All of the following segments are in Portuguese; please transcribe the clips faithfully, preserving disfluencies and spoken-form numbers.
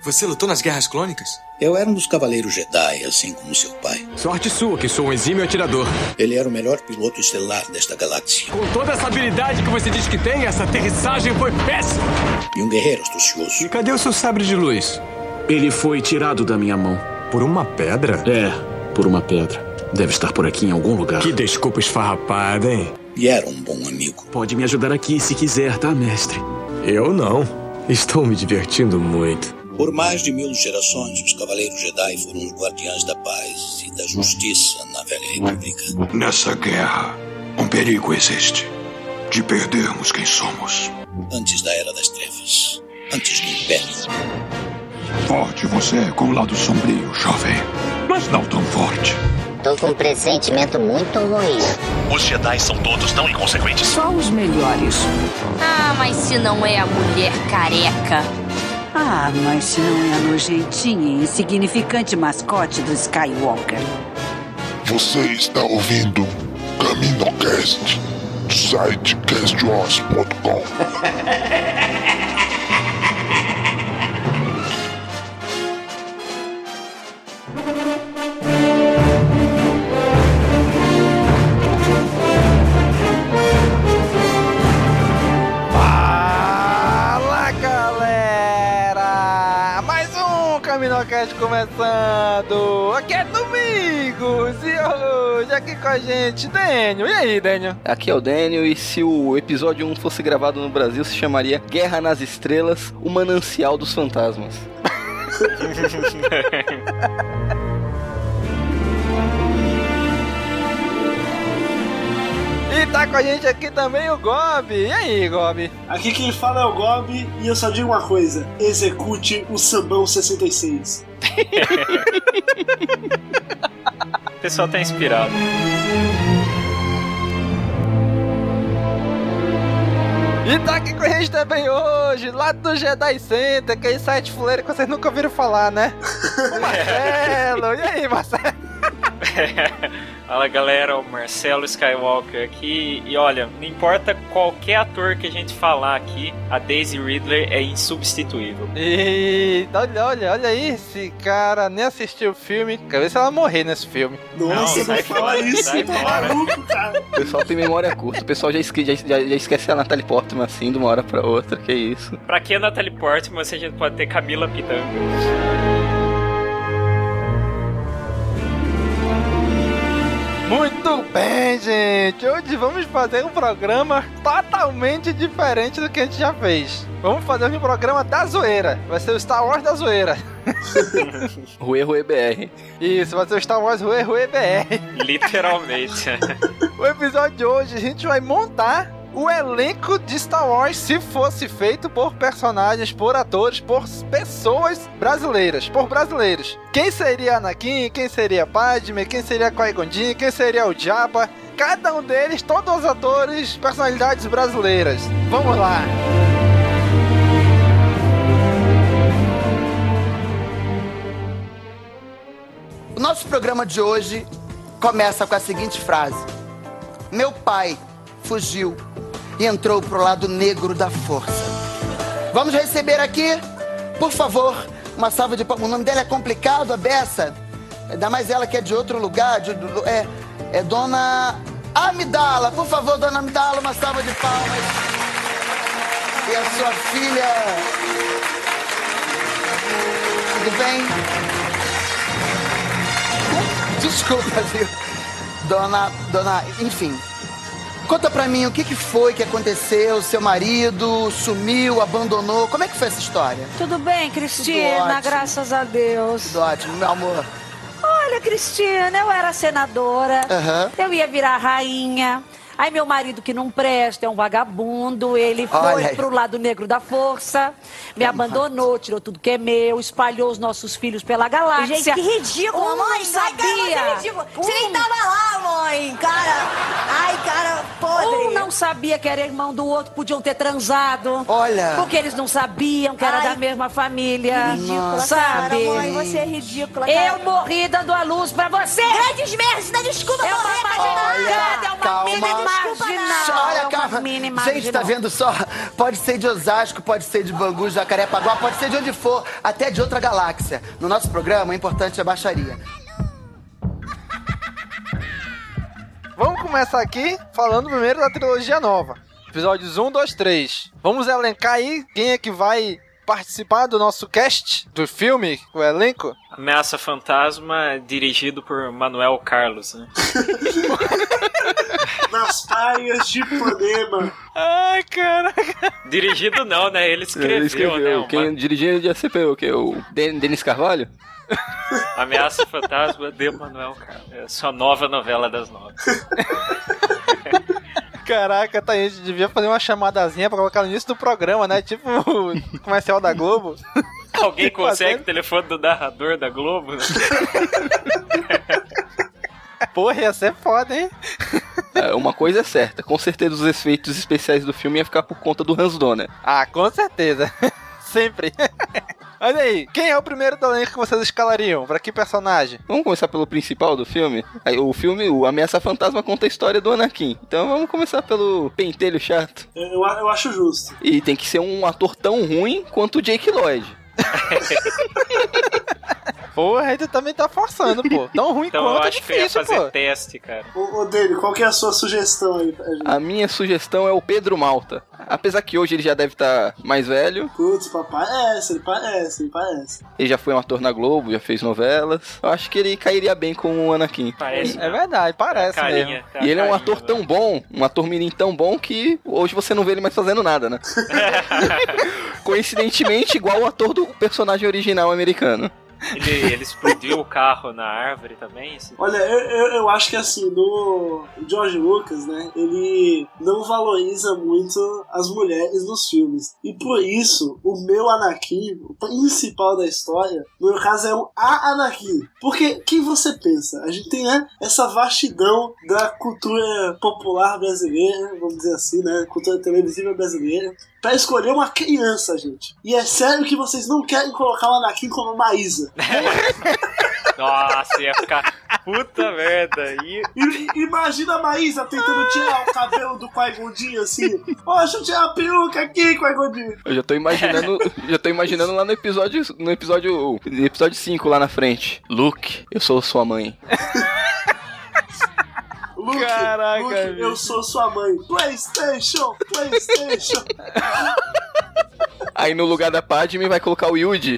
Você lutou nas guerras clônicas? Eu era um dos Cavaleiros Jedi, assim como seu pai. Sorte sua, que sou um exímio atirador. Ele era o melhor piloto estelar desta galáxia. Com toda essa habilidade que você diz que tem, essa aterrissagem foi péssima. E um guerreiro astucioso. E cadê o seu sabre de luz? Ele foi tirado da minha mão. Por uma pedra? É, por uma pedra. Deve estar por aqui em algum lugar. Que desculpa esfarrapada, hein? E era um bom amigo. Pode me ajudar aqui se quiser, tá, mestre? Eu não. Estou me divertindo muito. Por mais de mil gerações, os Cavaleiros Jedi foram os guardiães da paz e da justiça na Velha República. Nessa guerra, um perigo existe. De perdermos quem somos. Antes da Era das Trevas. Antes do Império. Forte você é com o lado sombrio, jovem. Mas não tão forte. Tô com um pressentimento muito ruim. Os Jedi são todos tão inconsequentes. Só os melhores. Ah, mas se não é a mulher careca... Ah, mas se não é a nojentinha e insignificante mascote do Skywalker. Você está ouvindo CaminoCast do site cast wars ponto com. CaminoCast começando! Aqui é Domingos! E hoje aqui com a gente, Daniel. E aí, Daniel? Aqui é o Daniel, e se o episódio um fosse gravado no Brasil, se chamaria Guerra nas Estrelas, o Manancial dos Fantasmas. E tá com a gente aqui também o Gobi. E aí, Gobi? Aqui quem fala é o Gobi e eu só digo uma coisa: execute o Sambão sessenta e seis. O pessoal tá inspirado. E tá aqui com a gente também hoje, lá do Jedi Center, que é esse site fuleiro que vocês nunca ouviram falar, né? O Marcelo. E aí, Marcelo? Fala, galera, o Marcelo Skywalker aqui. E olha, não importa qualquer ator que a gente falar aqui, a Daisy Ridley é insubstituível. E olha, olha, olha aí, esse cara nem assistiu o filme. Quer ver se ela morrer nesse filme. Nossa, não, não fala isso, tá maluco, cara. O pessoal tem memória curta, o pessoal já esquece, já, já esquece a Natalie Portman assim, de uma hora pra outra, que isso. Pra que a Natalie Portman se a gente pode ter Camila Pitanga? Muito bem, gente! Hoje vamos fazer um programa totalmente diferente do que a gente já fez. Vamos fazer um programa da zoeira. Vai ser o Star Wars da zoeira. Rue Rue B R. Isso, vai ser o Star Wars Rue Rue B R. Literalmente. O episódio de hoje a gente vai montar o elenco de Star Wars se fosse feito por personagens, por atores, por pessoas brasileiras, por brasileiros. Quem seria Anakin, quem seria Padme, quem seria Qui-Gon Jinn, quem seria o Jabba. Cada um deles, todos os atores, personalidades brasileiras. Vamos lá! O nosso programa de hoje começa com a seguinte frase: meu pai fugiu e entrou pro lado negro da força. Vamos receber aqui, por favor, uma salva de palmas. O nome dela é complicado, a beça. Ainda mais ela que é de outro lugar. De, é, é Dona Amidala. Por favor, Dona Amidala, uma salva de palmas. E a sua filha... Tudo bem? Desculpa, viu? Dona... Dona... Enfim... Conta pra mim, o que, que foi que aconteceu? Seu marido sumiu, abandonou? Como é que foi essa história? Tudo bem, Cristina, graças a Deus. Tudo ótimo, meu amor. Olha, Cristina, eu era senadora, uhum. Eu ia virar rainha. Aí meu marido, que não presta, é um vagabundo, ele foi pro lado negro da força, me abandonou, tirou tudo que é meu, espalhou os nossos filhos pela galáxia. Gente, que ridículo, um mãe. sabia. Ai, cara, você é ridículo. Um... Você nem tava lá, mãe. Cara, ai, cara, podre. Um não sabia que era irmão do outro, podiam ter transado. Olha. Porque eles não sabiam que era Ai, da mesma família. Ridícula, sabe? cara, mãe, você é ridícula, cara. Eu morri dando a luz pra você. Grandes merda, desculpa, é uma marginal. É uma calma. mini marginal. Olha, é calma. Mini marginal. Gente, tá vendo só? Pode ser de Osasco, pode ser de Bangu, Jacarepaguá, pode ser de onde for, até de outra galáxia. No nosso programa, o importante é a baixaria. Vamos começar aqui falando primeiro da trilogia nova. Episódios um, dois, três. Vamos elencar aí quem é que vai participar do nosso cast do filme, o elenco. Ameaça Fantasma, dirigido por Manuel Carlos, né? Nas praias de Ipanema. Ai, caraca. Dirigido não, né? Ele escreveu, Ele escreveu. né? Uma... Quem dirigiu ia ser o quê? O Den- Denis Carvalho? Ameaça Fantasma de Manuel Carlos. É a sua nova novela das nove. Caraca, tá aí, a gente devia fazer uma chamadazinha pra colocar no início do programa, né? Tipo o comercial da Globo. Alguém consegue o telefone do narrador da Globo? Né? Porra, ia ser foda, hein? É, uma coisa é certa, com certeza os efeitos especiais do filme ia ficar por conta do Hans Donner. Ah, com certeza. Sempre. Olha aí, quem é o primeiro do elenco que vocês escalariam? Pra que personagem? Vamos começar pelo principal do filme? Aí, o filme, o Ameaça Fantasma, conta a história do Anakin. Então vamos começar pelo pentelho chato. Eu, eu acho justo. E tem que ser um ator tão ruim quanto o Jake Lloyd. Porra, aí tu também tá forçando, pô. Tão ruim então, quanto eu é acho difícil, que eu ia fazer pô. teste, cara. Ô, ô Dele, qual que é a sua sugestão aí pra gente? A minha sugestão é o Pedro Malta. Apesar que hoje ele já deve estar tá mais velho. Putz, parece, ele parece, ele parece. Ele já foi um ator na Globo, já fez novelas. Eu acho que ele cairia bem com o Anakin. Parece. É verdade, parece carinha, mesmo. E ele é um carinha, ator velho. tão bom, um ator mirim tão bom que hoje você não vê ele mais fazendo nada, né? Coincidentemente, igual o ator do personagem original americano. Ele, ele explodiu o carro na árvore também? Assim. Olha, eu, eu, eu acho que assim, no George Lucas, né, ele não valoriza muito as mulheres nos filmes. E por isso, o meu Anakin, o principal da história, no meu caso é o A Anakin. Porque quem você pensa? A gente tem, né, essa vastidão da cultura popular brasileira, vamos dizer assim, né, cultura televisiva brasileira, pra escolher uma criança, gente. E é sério que vocês não querem colocar o Anakin como Maísa. Nossa, ia ficar puta merda. E... I, imagina a Maísa tentando tirar o cabelo do Qui-Gon Jinn assim. Ó, oh, deixa eu tirar a peruca aqui, Qui-Gon Jinn. Eu já tô imaginando, já tô imaginando lá no episódio, no episódio, no episódio cinco lá na frente. Luke, eu sou sua mãe. Luke, Caraca, Luke, bicho. eu sou sua mãe. PlayStation, PlayStation. Aí no lugar da Padme vai colocar o Yuji.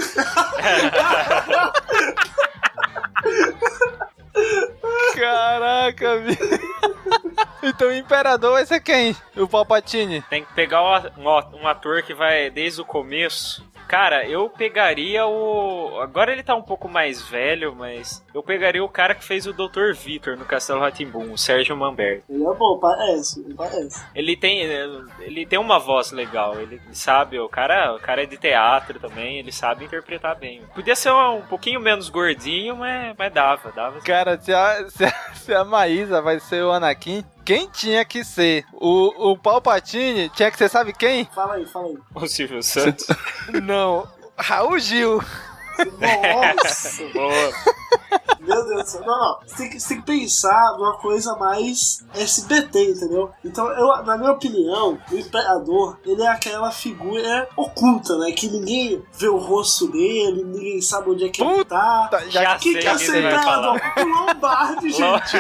Caraca, bicho. Então o Imperador vai ser quem? O Palpatine? Tem que pegar um, um ator que vai desde o começo. Cara, eu pegaria o... Agora ele tá um pouco mais velho, mas... Eu pegaria o cara que fez o doutor Victor no Castelo Rá-Tim-Bum, o Sérgio Manberg. Ele é bom, parece, ele parece. Ele tem, ele tem uma voz legal, ele sabe, o cara, o cara é de teatro também, ele sabe interpretar bem. Podia ser um, um pouquinho menos gordinho, mas, mas dava, dava. Cara, se a, se, a, se a Maísa vai ser o Anakin, quem tinha que ser? O, o Palpatine tinha que ser, sabe quem? Fala aí, fala aí. O Silvio Santos? Não, Raul Gil. Nossa! Boa. Meu Deus do céu. Não, não. Você tem, que, você tem que pensar numa coisa mais S B T, entendeu? Então, eu, na minha opinião, o Imperador, ele é aquela figura oculta, né? Que ninguém vê o rosto dele, ninguém sabe onde é que ele tá. Já que sei que é que ser ele vai Imperador? falar. O Lombardi, gente.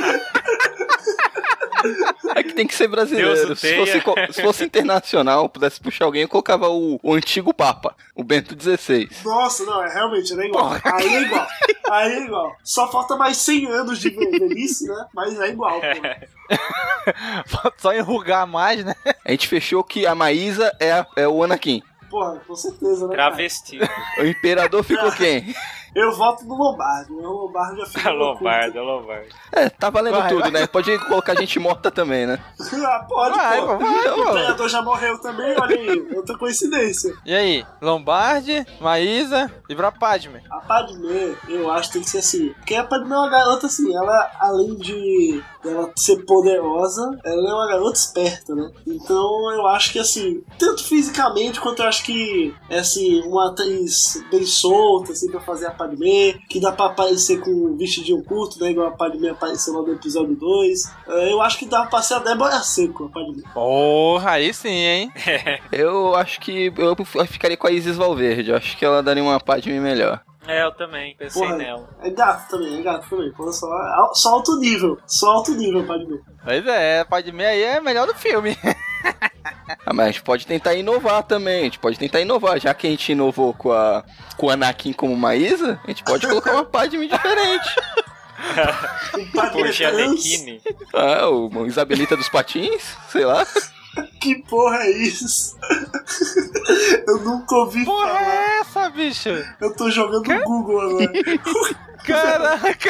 É que tem que ser brasileiro. Se fosse, se fosse internacional, pudesse puxar alguém, eu colocava o, o antigo Papa, o Bento dezesseis. Nossa, não, é realmente, ele é igual. Aí é igual. Aí é igual. Só falta mais cem anos de velhice, né? Mas é igual, pô. Só enrugar mais, né? A gente fechou que a Maísa é, a, é o Anakin. Porra, com certeza, né? Travesti. O Imperador ficou quem? Eu voto no Lombardi. O Lombardi já fica. Lombardi, Lombardi. É, tá valendo vai, tudo, vai. né? Pode colocar gente morta também, né? Ah, pode, vai, pô. vai, o pô. Imperador já morreu também, olha aí. Outra coincidência. E aí? Lombardi, Maísa e pra Padme. A Padme, eu acho que tem que ser assim. Porque a Padme é uma garota assim, ela, além de ela ser poderosa, ela é uma garota esperta, né? Então eu acho que assim, tanto fisicamente quanto eu acho que é assim, uma atriz bem solta, assim, pra fazer a Padme, que dá pra aparecer com um vestidinho curto, né? Igual a Padme apareceu lá no episódio dois. Eu acho que dá pra ser a Débora Seco, a Padme. Porra, aí sim, hein? Eu acho que eu ficaria com a Isis Valverde. Eu acho que ela daria uma Padme melhor. É, eu também, pensei Porra, nela. É gato também, é gato também. Pô, só, só alto nível, só alto nível, Padme. Pois é, a Padme aí é melhor do filme. Ah, mas a gente pode tentar inovar também, a gente pode tentar inovar. Já que a gente inovou com a com o Anakin como Maísa, a gente pode colocar uma Padme diferente. Por Gianecchini. Ah, o Isabelita dos Patins, sei lá. Que porra é isso? Eu nunca ouvi porra falar. Porra é essa, bicho? Eu tô jogando que? no Google agora. Caraca!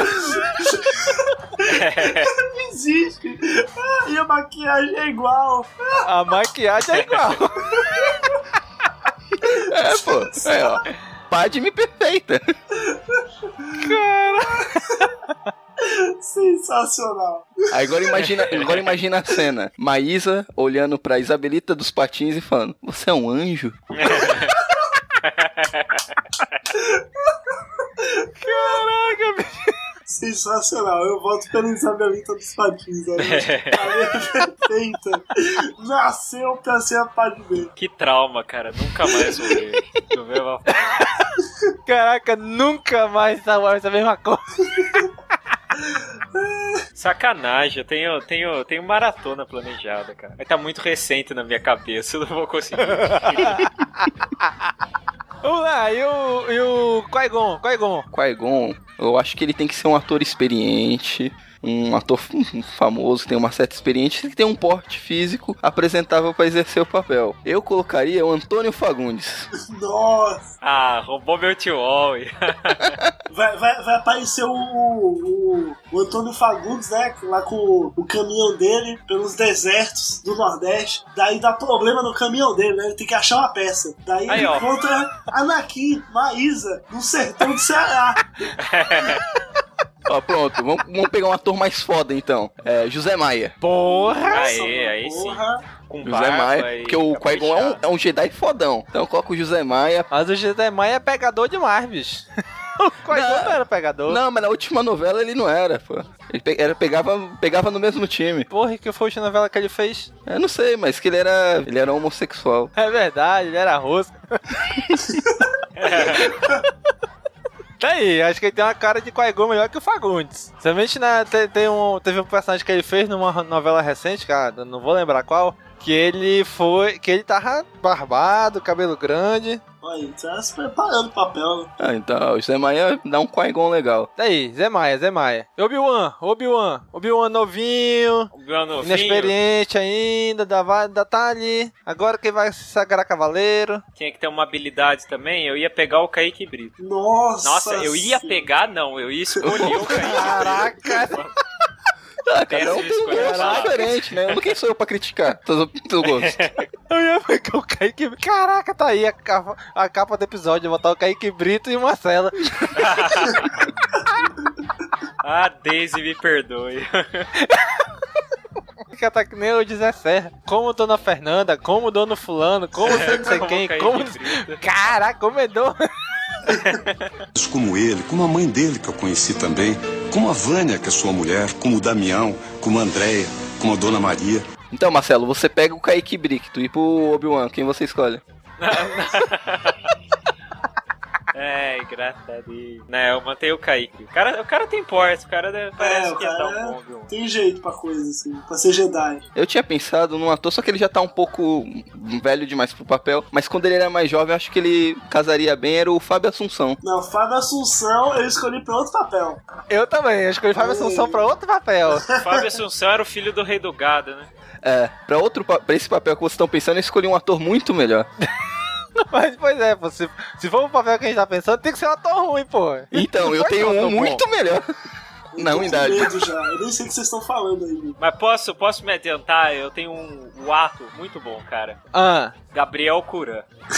Não existe. Ah, e a maquiagem é igual. A maquiagem é igual. É, pô. É, ó. Padme perfeita. Caraca! Sensacional. Agora imagina, agora imagina a cena. Maísa olhando pra Isabelita dos Patins e falando: você é um anjo? Caraca, bicho. Sensacional, eu voto pela Isabelita dos Patins. A perfeita. Nasceu pra ser a Padme. Que trauma, cara. Nunca mais vou ver. Não vejo uma foto. Caraca, nunca mais Star Wars é a mesma coisa. Sacanagem, eu tenho, tenho, tenho maratona planejada, cara. Mas tá muito recente na minha cabeça, eu não vou conseguir. Vamos lá, e o, e o Qui-Gon? Qui-Gon? Qui-Gon, eu acho que ele tem que ser um ator experiente, um ator famoso, que tem uma certa experiência, que tem um porte físico apresentável para exercer o papel. Eu colocaria o Antônio Fagundes. Nossa! Ah, roubou meu tio Oi. Vai, vai, vai aparecer o, o, o Antônio Fagundes, né? Lá com o caminhão dele pelos desertos do Nordeste. Daí dá problema no caminhão dele, né? Ele tem que achar uma peça. Daí aí, ele ó. encontra Anakin, Maísa, no sertão do Ceará. Ó, pronto, vamos, vamos pegar um ator mais foda então. É, José Maia. Porra! Aí, aí Porra. sim. Com José Maia, porque o Qui-Gon é um, é um Jedi fodão. Então eu coloco o José Maia. Mas o José Maia é pegador demais, bicho. O Qui-Gon não, não era pegador. Não, mas na última novela ele não era, pô. Ele pe- era, pegava, pegava no mesmo time. Porra, e que foi a última novela que ele fez? Eu não sei, mas que ele era, ele era homossexual. É verdade, ele era rosca. Daí, acho que ele tem uma cara de Qui-Gon melhor que o Fagundes. Somente na, tem, tem um, teve um personagem que ele fez numa novela recente, cara, não vou lembrar qual, que ele foi, que ele tava barbado, cabelo grande. Olha, você tá se preparando o papel, né? Ah, então, o José Maia dá um Qui-Gon legal. Daí, Zé Maia, Zé Maia. E Obi-Wan, Obi-Wan. Obi-Wan novinho, Obi-Wan novinho. inexperiente ainda, ainda tá ali. Agora quem vai se sagrar cavaleiro. Tinha que ter uma habilidade também, eu ia pegar o Kaique Brito. Nossa! Nossa, eu ia pegar, não, eu ia escolher o Kaique. Caraca! Ah, cada um tem um gosto diferente, né? Quem sou eu pra criticar teu, teu gosto? Eu ia pegar o Kaique Brito. Caraca, tá aí a capa, a capa do episódio. Eu vou botar o Kaique Brito e o Marcelo. Ah, Daisy, me perdoe. Que tá que nem o José Serra. Como Dona Fernanda, como Dono Fulano, como sei não sei Como quem, Kaique como... Brito. Caraca, comedor. Como ele, como a mãe dele que eu conheci também, como a Vânia, que é sua mulher, como o Damião, como a Andréia, como a Dona Maria. Então, Marcelo, você pega o Kaique Brito e pro Obi-Wan, quem você escolhe? É, engraçadinho. Não, eu mantenho o Kaique. O cara, o cara tem porte, o cara parece É, o que é tão cara bom, viu? tem jeito pra coisa, assim, pra ser Jedi. Eu tinha pensado num ator, só que ele já tá um pouco velho demais pro papel, mas quando ele era mais jovem, eu acho que ele casaria bem, era o Fábio Assunção. Não, Fábio Assunção eu escolhi pra outro papel. Eu também, eu escolhi Fábio Assunção pra outro papel. Fábio Assunção era o filho do Rei do Gado, né? É, pra, outro, pra esse papel que vocês estão pensando, eu escolhi um ator muito melhor. Mas, pois é, pô, se, se for o papel que a gente tá pensando, tem que ser um ator ruim, pô. Então, eu tenho um muito melhor. Na unidade. Eu já, eu nem sei o que vocês estão falando aí. Mas posso, posso me adiantar? Eu tenho um, um ato muito bom, cara. Ah. Gabriel Curan.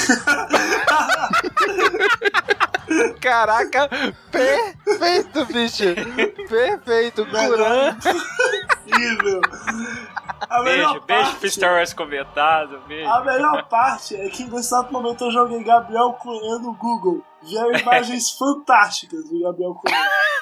Caraca, perfeito, bicho. Perfeito, Curan. Incrível. A beijo, parte, beijo pro Star Wars comentado. Beijo. A melhor parte é que nesse exato momento eu joguei Gabriel Curan no Google. Vieram imagens fantásticas de Gabriel Curan.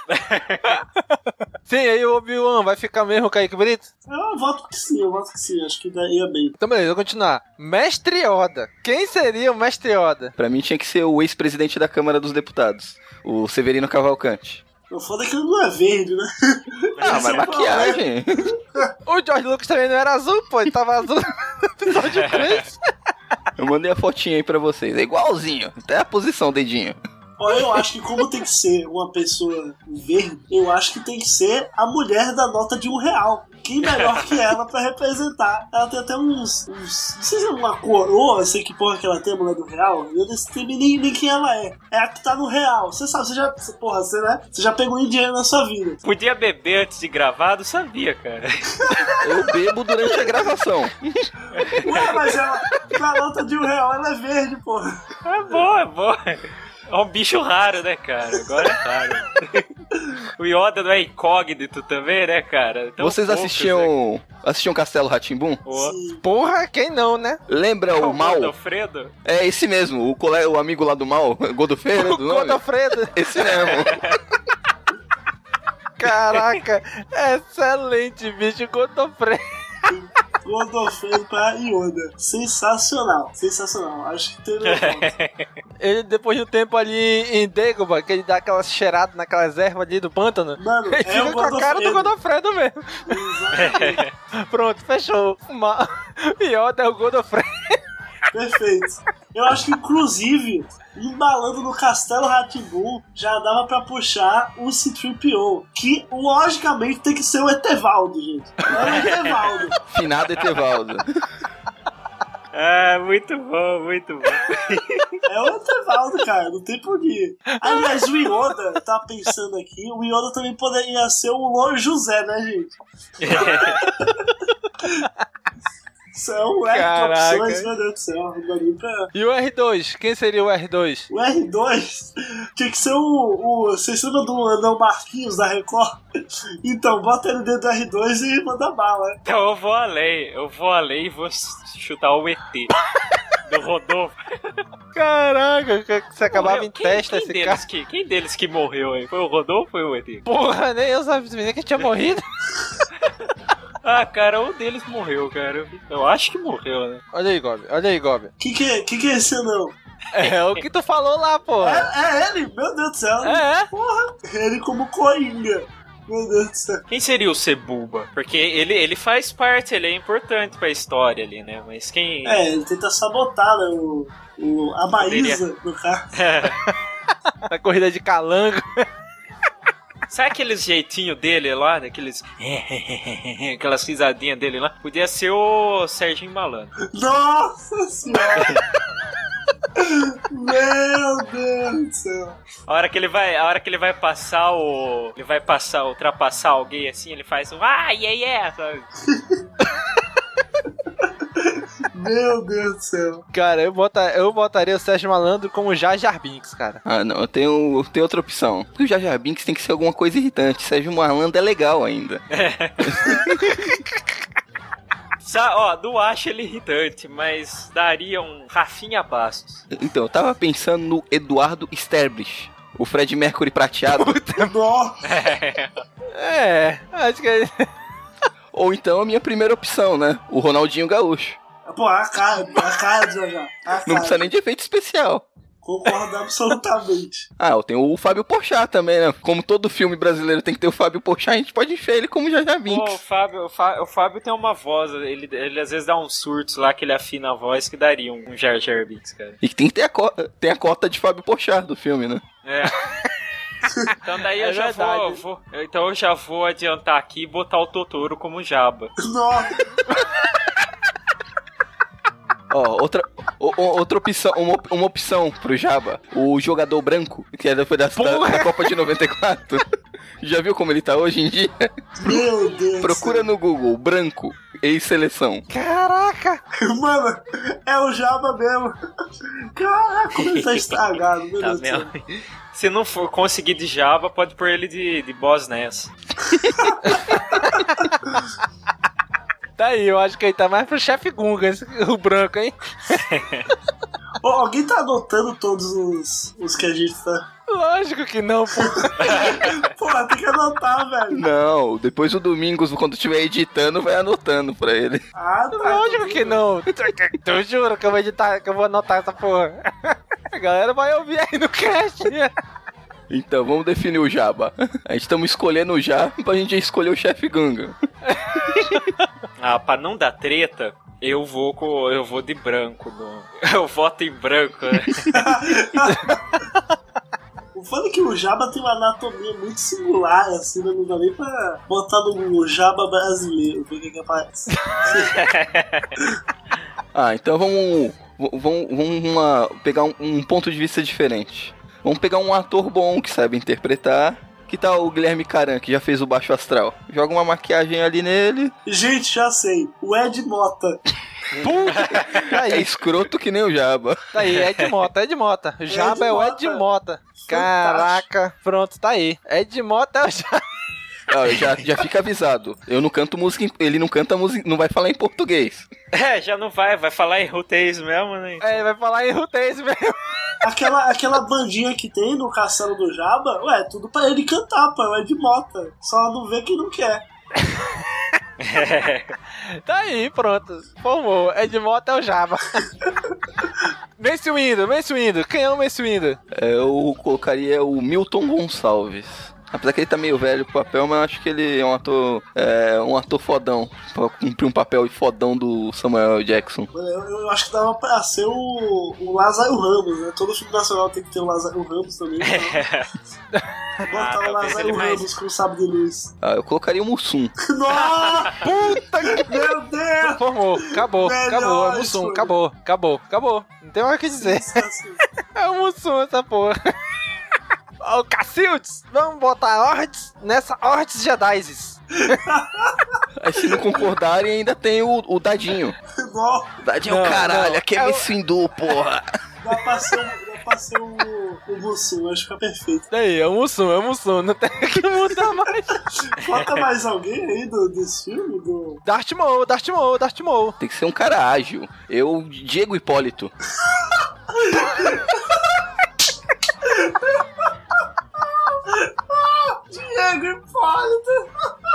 Sim, aí o Obi-Wan vai ficar mesmo o Kaique Brito? Eu voto que sim, eu voto que sim. Acho que daria bem. Então beleza, vou continuar. Mestre Yoda. Quem seria o Mestre Yoda? Pra mim tinha que ser o ex-presidente da Câmara dos Deputados, o Severino Cavalcante. O foda é que ele não é verde, né? Ah, mas maquiagem. O George Lucas também não era azul, pô. Ele tava azul no episódio três. Eu mandei a fotinha aí pra vocês. É igualzinho. Até a posição, dedinho. Olha, eu acho que como tem que ser uma pessoa verde, eu acho que tem que ser a mulher da nota de um real. Quem melhor que ela pra representar? Ela tem até uns, uns... Não sei se é uma coroa, sei que porra que ela tem, a mulher do real. Eu não sei nem, nem quem ela é. É a que tá no real. Você sabe, você já... Porra, você, né? Você já pegou um dinheiro na sua vida. Podia beber antes de gravar, não sabia, cara. Eu bebo durante a gravação. Ué, mas ela... Na nota de um real, ela é verde, porra. É bom, é bom. É um bicho raro, né, cara? Agora é raro. O Yoda não é incógnito também, né, cara? Tão Vocês poucos, assistiam né? assistiam Castelo Rá-Tim-Bum? Porra, quem não, né? Lembra o, o Mal? Godofredo? É esse mesmo, o, colega, o amigo lá do Mal, Godofredo. O Godofredo. Esse mesmo. Caraca, excelente, bicho, Godofredo. Godofredo pra Yoda. Sensacional, sensacional. Acho que teve. Ele, depois de um tempo ali em Dagobah, que ele dá aquela cheirada naquelas ervas ali do pântano. Mano, ele é fica o com a cara do Godofredo mesmo. Exatamente. Pronto, fechou. Ma... Yoda é o Godofredo. Perfeito. Eu acho que, inclusive, embalando no Castelo Rá-Tim-Bum, já dava pra puxar o C três P O, que, logicamente, tem que ser o Etevaldo, gente. É o Etevaldo. Finado Etevaldo. Ah, muito bom, muito bom. É o Etevaldo, cara, não tem porquê. Aliás, o Yoda, tá pensando aqui, o Yoda também poderia ser o Lord José, né, gente? Isso é um R de opções, meu Deus do céu. Não dá nem pra... E o R dois? Quem seria o R dois? O R dois tinha que ser o... o vocês lembram do Anão Marquinhos da Record? Então, bota ele dentro do R dois e manda bala. Então eu vou além. Eu vou além e vou chutar o E T. Do Rodolfo. Caraca, você acabava morreu. em testa quem, quem esse deles cara. Que, quem deles que morreu aí? Foi o Rodolfo ou foi o E T? Porra, nem eu sabia que tinha morrido. Ah, cara, um deles morreu, cara. Eu acho que morreu, né? Olha aí, Gobi. Olha aí, Gobi. Que que, que que é esse não? É o que tu falou lá, porra. É, é ele? Meu Deus do céu. É? Porra. Ele como Coringa. Meu Deus do céu. Quem seria o Sebulba? Porque ele, ele faz parte, ele é importante pra história ali, né? Mas quem... É, ele tenta sabotar, né, o, o, a Maísa no carro. É. Na corrida de calango. Sabe aqueles jeitinho dele lá, daqueles... aquelas risadinhas dele lá? Podia ser o Serginho Malandro. Nossa senhora! Meu Deus do céu! A hora que ele vai, a hora que ele vai passar o... Ele vai passar, ultrapassar alguém assim, ele faz um... Ah, yeah, yeah! Sabe? Meu Deus do céu. Cara, eu, bota, eu botaria o Sérgio Malandro como Jar Jar Binks, cara. Ah, não, eu tenho, eu tenho outra opção. Porque o Jar Jar Binks tem que ser alguma coisa irritante. Sérgio Malandro é legal ainda. É. Sa- ó, não acho ele irritante, mas daria um Rafinha Bastos. Então, eu tava pensando no Eduardo Sterblich. O Fred Mercury prateado. É, acho que é... Ou então a minha primeira opção, né? O Ronaldinho Gaúcho. Pô, a cara, a cara de já. Não precisa nem de efeito especial. Concordo absolutamente. Ah, eu tenho o Fábio Porchat também, né? Como todo filme brasileiro tem que ter o Fábio Porchat, a gente pode enfiar ele como Jar Jar Binks. Pô, o Fábio, o, Fá, o Fábio tem uma voz, ele, ele às vezes dá uns surtos lá que ele afina a voz que daria um, um Jar Jar Binks, cara. E que tem que ter a, co- tem a cota de Fábio Porchat do filme, né? É. Então daí eu É já verdade. vou, vou... Então eu já vou adiantar aqui e botar o Totoro como Jabba. Nossa! Ó, outra, o, outra opção, uma, uma opção pro Jabba, o jogador branco, que é foi da, da, da Copa de noventa e quatro. Já viu como ele tá hoje em dia? Meu Deus. Procura no Google, branco, ex-seleção. Caraca! Mano, é o Jabba mesmo. Caraca, como ele tá estragado, meu Tá Deus do céu. mesmo. Se não for conseguir de Jabba, pode pôr ele de, de Boss Ness. Tá aí, eu acho que ele tá mais pro chefe Gunga, esse, o branco, hein? Ô, alguém tá anotando todos os, os que a gente tá... Lógico que não, pô. Pô, tem que anotar, velho. Não, depois o Domingos, quando estiver editando, vai anotando pra ele. Ah, tá. Lógico que não. Eu juro que eu vou editar, que eu vou anotar essa porra. A galera vai ouvir aí no cast. Então, vamos definir o Jabba. A gente estamos escolhendo o Jabba pra gente escolher o chefe Gunga. Ah, pra não dar treta, eu vou com, eu vou de branco. No... Eu voto em branco, né? O foda é que o Jabba tem uma anatomia muito singular, assim, não dá nem pra botar no Jabba brasileiro, ver o que que aparece. Ah, então vamos, vamos, vamos uma, pegar um, um ponto de vista diferente. Vamos pegar um ator bom que sabe interpretar. Que tal o Guilherme Caran, que já fez o Baixo Astral? Joga uma maquiagem ali nele. Gente, já sei. O Ed Mota. Tá é escroto que nem o Jabba. Tá aí, Ed Mota, Ed Mota. O Jabba é o Ed Mota. Caraca, pronto, tá aí. Ed Mota é o Jabba. Ah, já, já fica avisado. Eu não canto música, em, ele não canta música, não vai falar em português. É, já não vai, vai falar em rutês mesmo, né? É, vai falar em rutês mesmo. Aquela, aquela bandinha que tem no Castelo do Jabba, ué, tudo pra ele cantar, pô, é de Mota. Só não vê quem não quer. Tá aí, pronto. Formou. Ed Mota é o Jabba. Mace Windu, Mace Windu. Quem é o Mace Windu? Eu colocaria o Milton Gonçalves. Apesar que ele tá meio velho pro papel, mas eu acho que ele é um ator, é, um ator fodão. Pra cumprir um papel fodão do Samuel Jackson. Eu, eu acho que dava pra ser o, o Lázaro Ramos, né? Todo filme nacional tem que ter o Lázaro Ramos também. Né? Botar ah, o Lázaro Ramos mais... com o sábio de luz. Ah, eu colocaria o Mussum. Nossa! Puta que... Meu Deus! Formou, acabou, Melhor acabou, é o Mussum, acabou, acabou, acabou. Não tem mais o que dizer. É o Mussum essa porra. Ô, oh, Cacildes, vamos botar Ords nessa Ords Jedizes. Aí se não concordarem, ainda tem o, o Dadinho. Não. Dadinho, não, caralho, não. Aqui é, é Miss Windu, porra. Dá pra ser, dá pra ser o, o Mussum, acho que fica perfeito. Daí, é o Mussum, é o Mussum, não tem que mudar mais. Falta mais alguém aí do, desse filme? Do... Darth Maul, Darth Maul, Darth Maul. Tem que ser um cara ágil. Eu, Diego Hipólito. Diego Hipólito!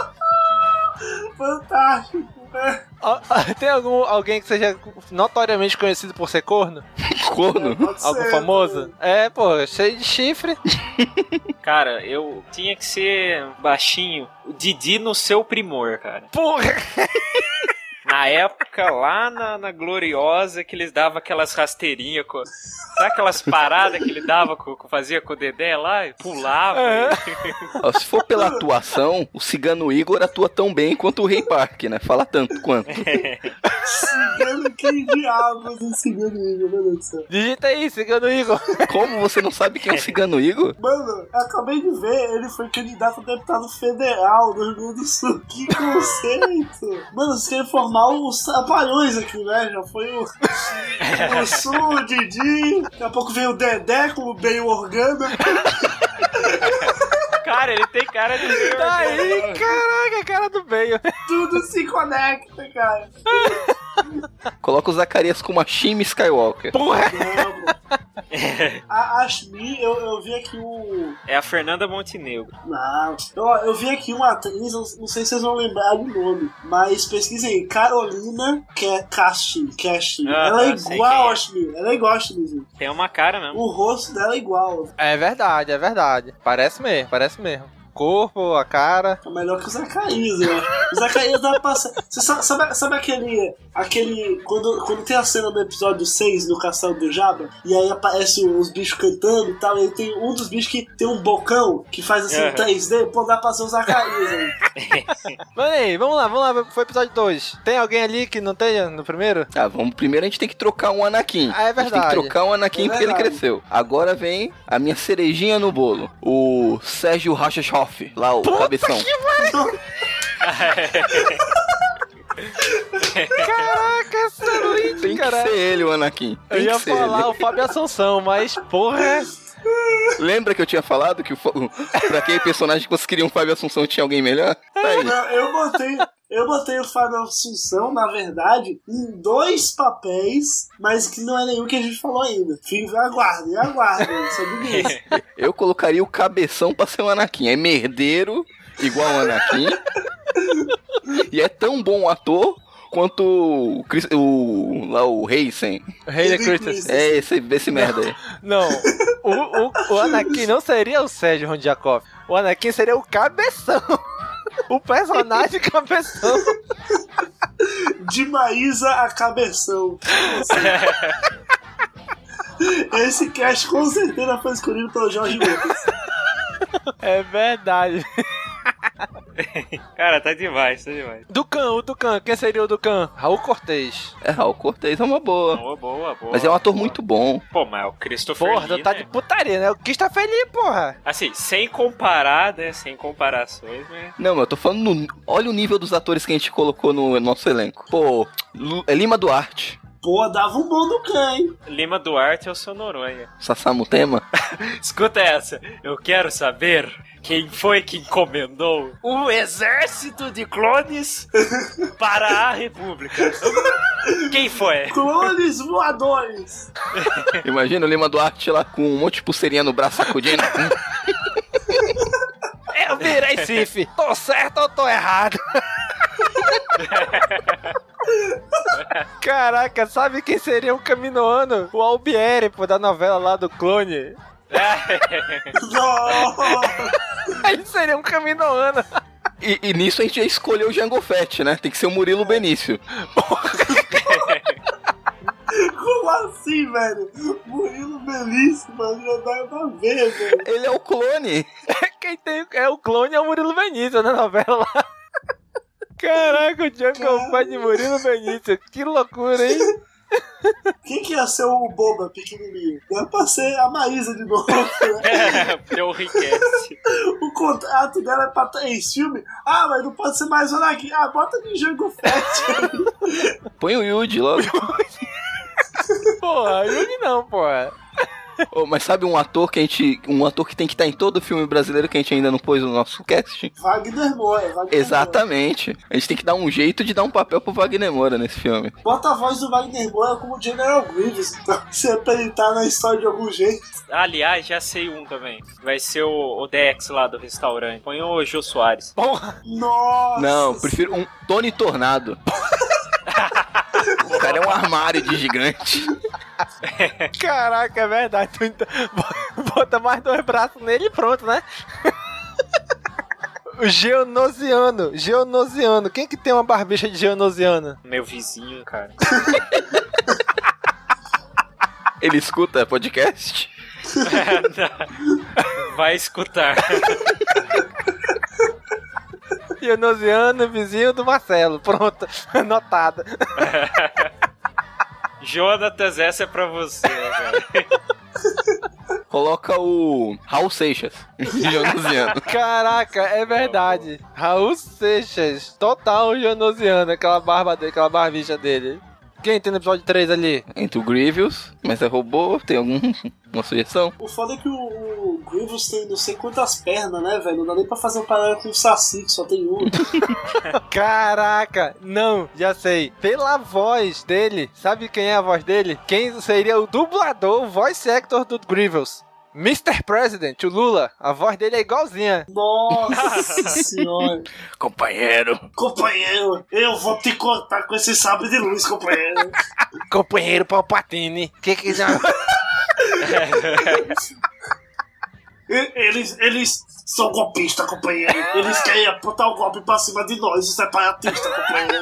Fantástico! Tem algum, alguém que seja notoriamente conhecido por ser corno? Corno? É, Algo ser, famoso? É, pô, cheio de chifre. Cara, eu tinha que ser baixinho. O Didi no seu primor, cara. Porra! Na época, lá na, na Gloriosa, que eles davam aquelas rasteirinhas com... Sabe aquelas paradas que ele dava, com, com, fazia com o Dedé lá? E pulava. É. Ó, se for pela atuação, o Cigano Igor atua tão bem quanto o Rei Park, né? Fala tanto quanto. Cigano, que diabos é Cigano Igor, meu Deus do céu. Digita aí, Cigano Igor. Como você não sabe quem é o Cigano Igor? Mano, eu acabei de ver, ele foi candidato a deputado federal do Rio Grande do Sul. Que conceito! Mano, você quer formar os trapalhões aqui, né? Já foi o, o Sul, o Didi. Daqui a pouco veio o Dedé com o Bale Organa. Cara, ele tem cara de Bale Tá aí, caraca, cara do Bale. Tudo se conecta, cara. Coloca o Zacarias com uma Shimi Skywalker. Porra! A Ashmi, eu, eu vi aqui o... É a Fernanda Montenegro. Não, eu, eu vi aqui uma atriz, não sei se vocês vão lembrar do nome, mas pesquisem aí, Carolina Cashin. Cashin. Ah, ela é igual a é. Ashmi, ela é igual a Ashmi. Tem uma cara mesmo. O rosto dela é igual. É verdade, é verdade. Parece mesmo, parece mesmo. corpo, a cara. É melhor que o Zacarias, né? O Zacarias dá pra passar. Você sabe, sabe, sabe aquele. aquele quando, quando tem a cena do episódio seis no Castelo do Jabba, e aí aparece os bichos cantando e tal, e aí tem um dos bichos que tem um bocão que faz assim uhum. três D, pô, dá pra ser o Zacarias aí. Mas aí, vamos lá, vamos lá, foi o episódio dois. Tem alguém ali que não tenha no primeiro? Ah, vamos, primeiro a gente tem que trocar um Anakin. Ah, é verdade. A gente tem que trocar um Anakin é porque ele cresceu. Agora vem a minha cerejinha no bolo. O Sérgio Racheshoff, lá o Puta cabeção. Caraca, excelente, Tem que cara. ser ele o Anakin. Tem Eu ia que ser falar ele. o Fábio Assunção, mas porra... Lembra que eu tinha falado que o, pra aquele personagem que vocês queriam o Fábio Assunção tinha alguém melhor? Tá aí. Não, eu botei, eu botei o Fábio Assunção, na verdade, em dois papéis, mas que não é nenhum que a gente falou ainda. Fiquem, aguardem, aguardem, sabe disso. Eu colocaria o cabeção pra ser o Anakin. É merdeiro, igual o Anakin. E é tão bom ator quanto o, Chris, o, lá, o Haysen. Hayden Christensen. É, esse, esse merda aí. Não, o, o, o Anakin não seria o Sérgio Rondjakov. O Anakin seria o cabeção. O personagem cabeção. De Maísa a cabeção. Esse cast com certeza foi escolhido pelo Jorge Lucas. É verdade. Cara, tá demais, tá demais. Ducan, o Ducan, quem seria o Ducan? Raul Cortez. É, Raul Cortez é uma boa. Boa, boa, boa. Mas é um ator boa. muito bom. Pô, mas o Christopher Porra, Lee, tá né? de putaria, né? O Christopher Lee, porra. Assim, sem comparar, né? Sem comparações, né? Não, mas eu tô falando no... Olha o nível dos atores que a gente colocou no nosso elenco. Pô, Lu... é Lima Duarte. Pô, dava um bom do Can, hein? Lima Duarte é o seu Noronha. Sassamutema. Escuta essa. Eu quero saber quem foi que encomendou o exército de clones para a República. Quem foi? Clones voadores. Imagina o Lima Duarte lá com um monte de pulseirinha no braço sacudindo. Eu virei Sif. Tô certo ou tô errado? Caraca, sabe quem seria um caminoano? O Albieri, pô, da novela lá do Clone. Ele seria um caminoano. E, e nisso a gente já escolheu o Jango Fett, né? Tem que ser o Murilo Benício. Como assim, velho? Murilo Benício, mano, já dá pra ver, velho. Ele é o clone. Quem tem é o clone é o Murilo Benício na novela lá. Caraca, o Jango Fett de Murilo Benício. Que loucura, hein? Quem que ia ser o boba pequenininho? Dá pra ser a Maísa de novo, né? É, porque o enriquece. O contrato dela é pra três filmes. Ah, mas não pode ser mais um aqui. Ah, bota de Jango Fett. Põe o Yuji logo. Porra, Yuji não, porra. Oh, mas sabe um ator que a gente. Um ator que tem que estar em todo filme brasileiro que a gente ainda não pôs no nosso casting? Wagner Moura. Wagner Exatamente. Moura. A gente tem que dar um jeito de dar um papel pro Wagner Moura nesse filme. Bota a voz do Wagner Moura como General Grievous, então, se é pra ele estar na história de algum jeito. Aliás, já sei um também. Vai ser o, o Dex lá do restaurante. Põe o Jô Soares. Porra! Nossa! Não, prefiro um Tony Tornado. O cara é um armário de gigante. Caraca, é verdade. Bota mais dois braços nele e pronto, né? O Geonosiano. Geonosiano. Quem que tem uma barbicha de Geonosiano? Meu vizinho, cara. Ele escuta podcast? Vai escutar. Geonosiano, vizinho do Marcelo. Pronto, anotado. Jonatas, essa é pra você, cara. Coloca o Raul Seixas. Geonosiano. Caraca, é verdade. Raul Seixas. Total Geonosiano. Aquela barba dele, aquela barbicha dele. Quem tem no episódio três ali? Entre o Grievous, mas é robô, tem alguma sugestão? O foda é que o, o Grievous tem não sei quantas pernas, né, velho? Não dá nem pra fazer um paralelo com o Saci, que só tem um. Caraca, não, já sei. Pela voz dele, sabe quem é a voz dele? Quem seria o dublador, o voice actor do Grievous? mister President, o Lula, a voz dele é igualzinha. Nossa senhora. Companheiro. Companheiro, eu vou te cortar com esse sabre de luz, companheiro. Companheiro Palpatine. Que que já... Eles, eles são golpistas, companheiro. Eles querem apontar o golpe pra cima de nós, os separatistas, companheiro.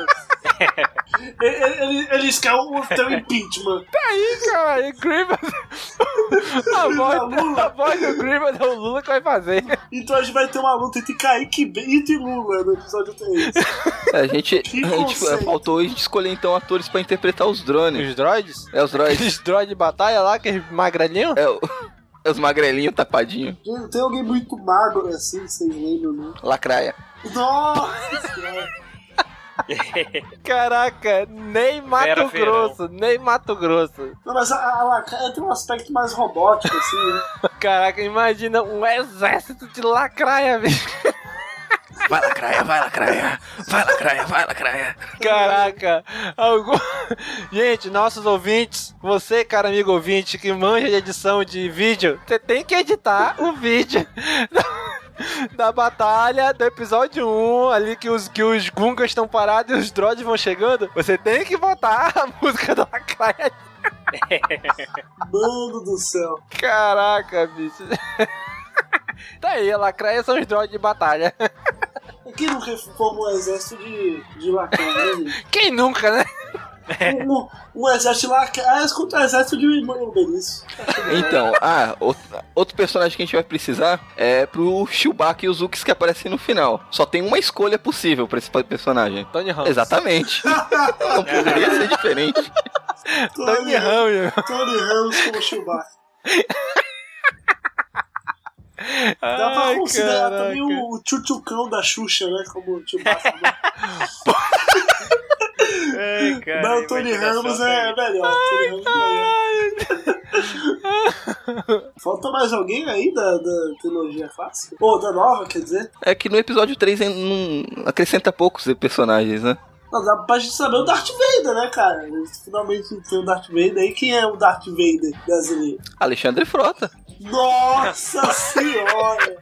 Eles, eles querem ter um impeachment. Tá aí, cara. Grievous. A voz, a voz do Grievous é o Lula que vai fazer. Então a gente vai ter uma luta entre Kaique Brito e Lula no episódio três. É, a gente, a gente faltou a gente escolher então atores pra interpretar os drones. Os droids? É, os droids. Aqueles droids de batalha lá, aqueles magrelinhos? É, o... os magrelinhos tapadinhos. Tem alguém muito magro assim, vocês lembram, né? Lacraia. Nossa! Caraca, nem Mato Vera Grosso, Verão. nem Mato Grosso. Não, mas a, a lacraia tem um aspecto mais robótico, assim, né? Caraca, imagina um exército de lacraia, bicho. Vai lacraia, vai lacraia, vai lacraia, vai lacraia. Caraca, algum... Gente, nossos ouvintes, você, cara amigo ouvinte, que manja de edição de vídeo, você tem que editar o vídeo da batalha do episódio um, ali que os, que os Gungas estão parados e os droids vão chegando. Você tem que botar a música da lacraia. Mano do céu. Caraca, bicho. Tá aí, a lacraia são os droids de batalha. Quem nunca formou um exército de, de lacraia, né? Quem nunca, né? Um, um exército de lacraias contra o exército de Mano Benício. Então, ah, outro, outro personagem que a gente vai precisar é pro Chewbacca e os Uks que aparecem no final. Só tem uma escolha possível pra esse personagem. Tony Ramos. Exatamente. Não poderia ser diferente. Tony, Tony Ramos. Tony Ramos como Chewbacca. Dá pra Ai, considerar caraca. também o, o tchutchucão da Xuxa, né? Como o Chewbacca. Né? Ai, cara, Mas o Tony Ramos é melhor. Ai, Tony Ramos é melhor. Falta mais alguém aí da, da trilogia clássica? Ou da nova, quer dizer? É que no episódio três não acrescenta poucos personagens, né? Não, dá pra gente saber o Darth Vader, né, cara? Finalmente tem o Darth Vader aí. Quem é o Darth Vader brasileiro? Alexandre Frota. Nossa senhora!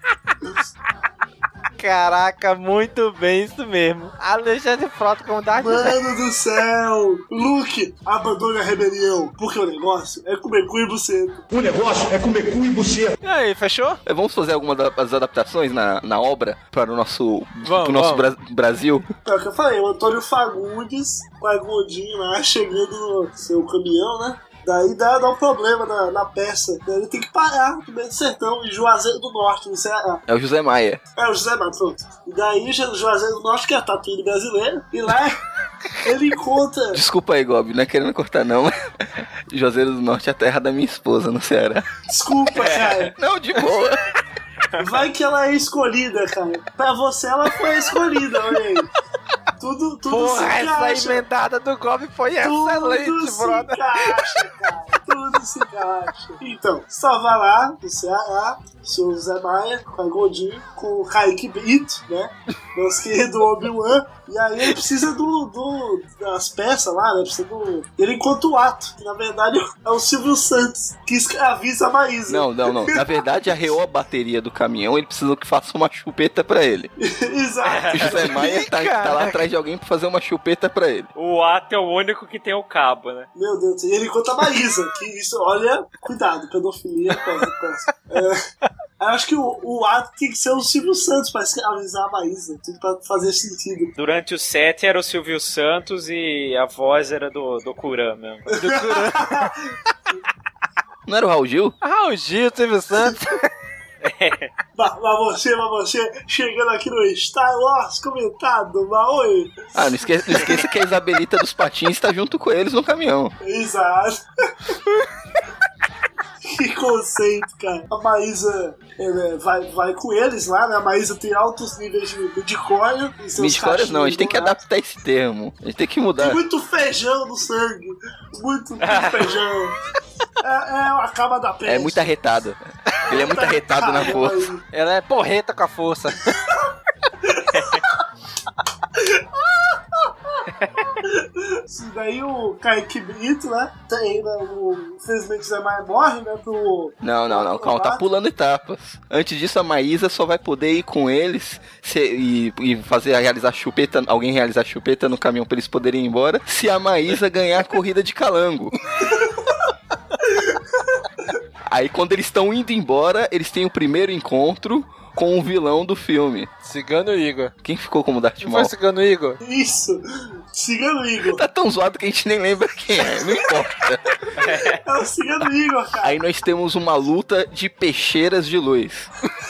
Caraca, muito bem, isso mesmo. Alexandre Frota como Darth Vader. Mano do céu! Luke, abandone a rebelião, porque o negócio é comer cu e buceta. O negócio é comer cu e buceta. E aí, fechou? Vamos fazer algumas das adaptações na, na obra para o nosso, vamos, pro nosso vamos. Bra- Brasil? É o que eu falei, o Antônio Fagundes com a Gondinho lá chegando no seu caminhão, né? Daí dá, dá um problema na, na peça. Daí ele tem que parar no meio do sertão, em Juazeiro do Norte, no Ceará. É o José Maia. É o José Maia, pronto. E daí Juazeiro do Norte, que é a Tatooine brasileira, e lá ele encontra... Desculpa aí, Gob, não é querendo cortar não. Juazeiro do Norte é a terra da minha esposa, no Ceará. Desculpa, cara. Não, de boa. Vai que ela é escolhida, cara. Pra você ela foi escolhida, olha aí. Tudo, tudo Porra, se encaixa. essa emendada do Gob foi tudo excelente, se brother. Encaixa, cara. Tudo se encaixa. Então, só vai lá no Ceará, o senhor José Maia, com a Gondinho, com o Kaique Brito, né? Nosso querido Obi-Wan. E aí ele precisa do, do, das peças lá, né? Precisa do... Ele encontra o ato, que na verdade é o Silvio Santos, que escraviza a Maísa. Não, não, não. Na verdade, arreou a bateria do caminhão, ele precisa que faça uma chupeta pra ele. Exato. O José Maia tá, tá lá atrás de alguém pra fazer uma chupeta pra ele. O ato é o único que tem o cabo, né? Meu Deus, e ele encontra a Maísa, que isso, olha, cuidado, pedofilia, coisa, coisa. É, eu acho que o, o ato tem que ser o Silvio Santos pra escravizar a Maísa, tudo pra fazer sentido. Durante o set era o Silvio Santos e a voz era do, do Curan mesmo. Do Curan. Não era o Raul Gil? Raul Gil, Silvio Santos. É. Mas, mas você, mas você, chegando aqui no Star Wars comentado, mas oi. Ah, não esqueça, não esqueça que a Isabelita dos Patins tá junto com eles no caminhão. Exato. Que conceito, cara. A Maísa é, vai, vai com eles lá, né? A Maísa tem altos níveis de midichlorian. Midichlorian não, a gente tem que adaptar esse termo. A gente tem que mudar. Tem muito feijão no sangue. Muito, muito feijão. É, é a cama da peste. É muito arretado. Ele é muito arretado na força. Ela é porreta com a força. Daí o Kaique Brito, né? Tem, né? O, infelizmente o Zé Maia morre, né? Pro, não, não, não. Calma, tá pulando etapas. Antes disso, a Maísa só vai poder ir com eles se, e, e fazer realizar chupeta, alguém realizar chupeta no caminhão pra eles poderem ir embora, se a Maísa ganhar a corrida de calango. Aí quando eles estão indo embora, eles têm o primeiro encontro com o vilão do filme. Cigano Igor. Quem ficou como Darth Não Maul? foi Cigano Igor? Isso. Cigano Igor. Tá tão zoado que a gente nem lembra quem é, não importa. É o Cigano Igor, cara. Aí nós temos uma luta de peixeiras de luz.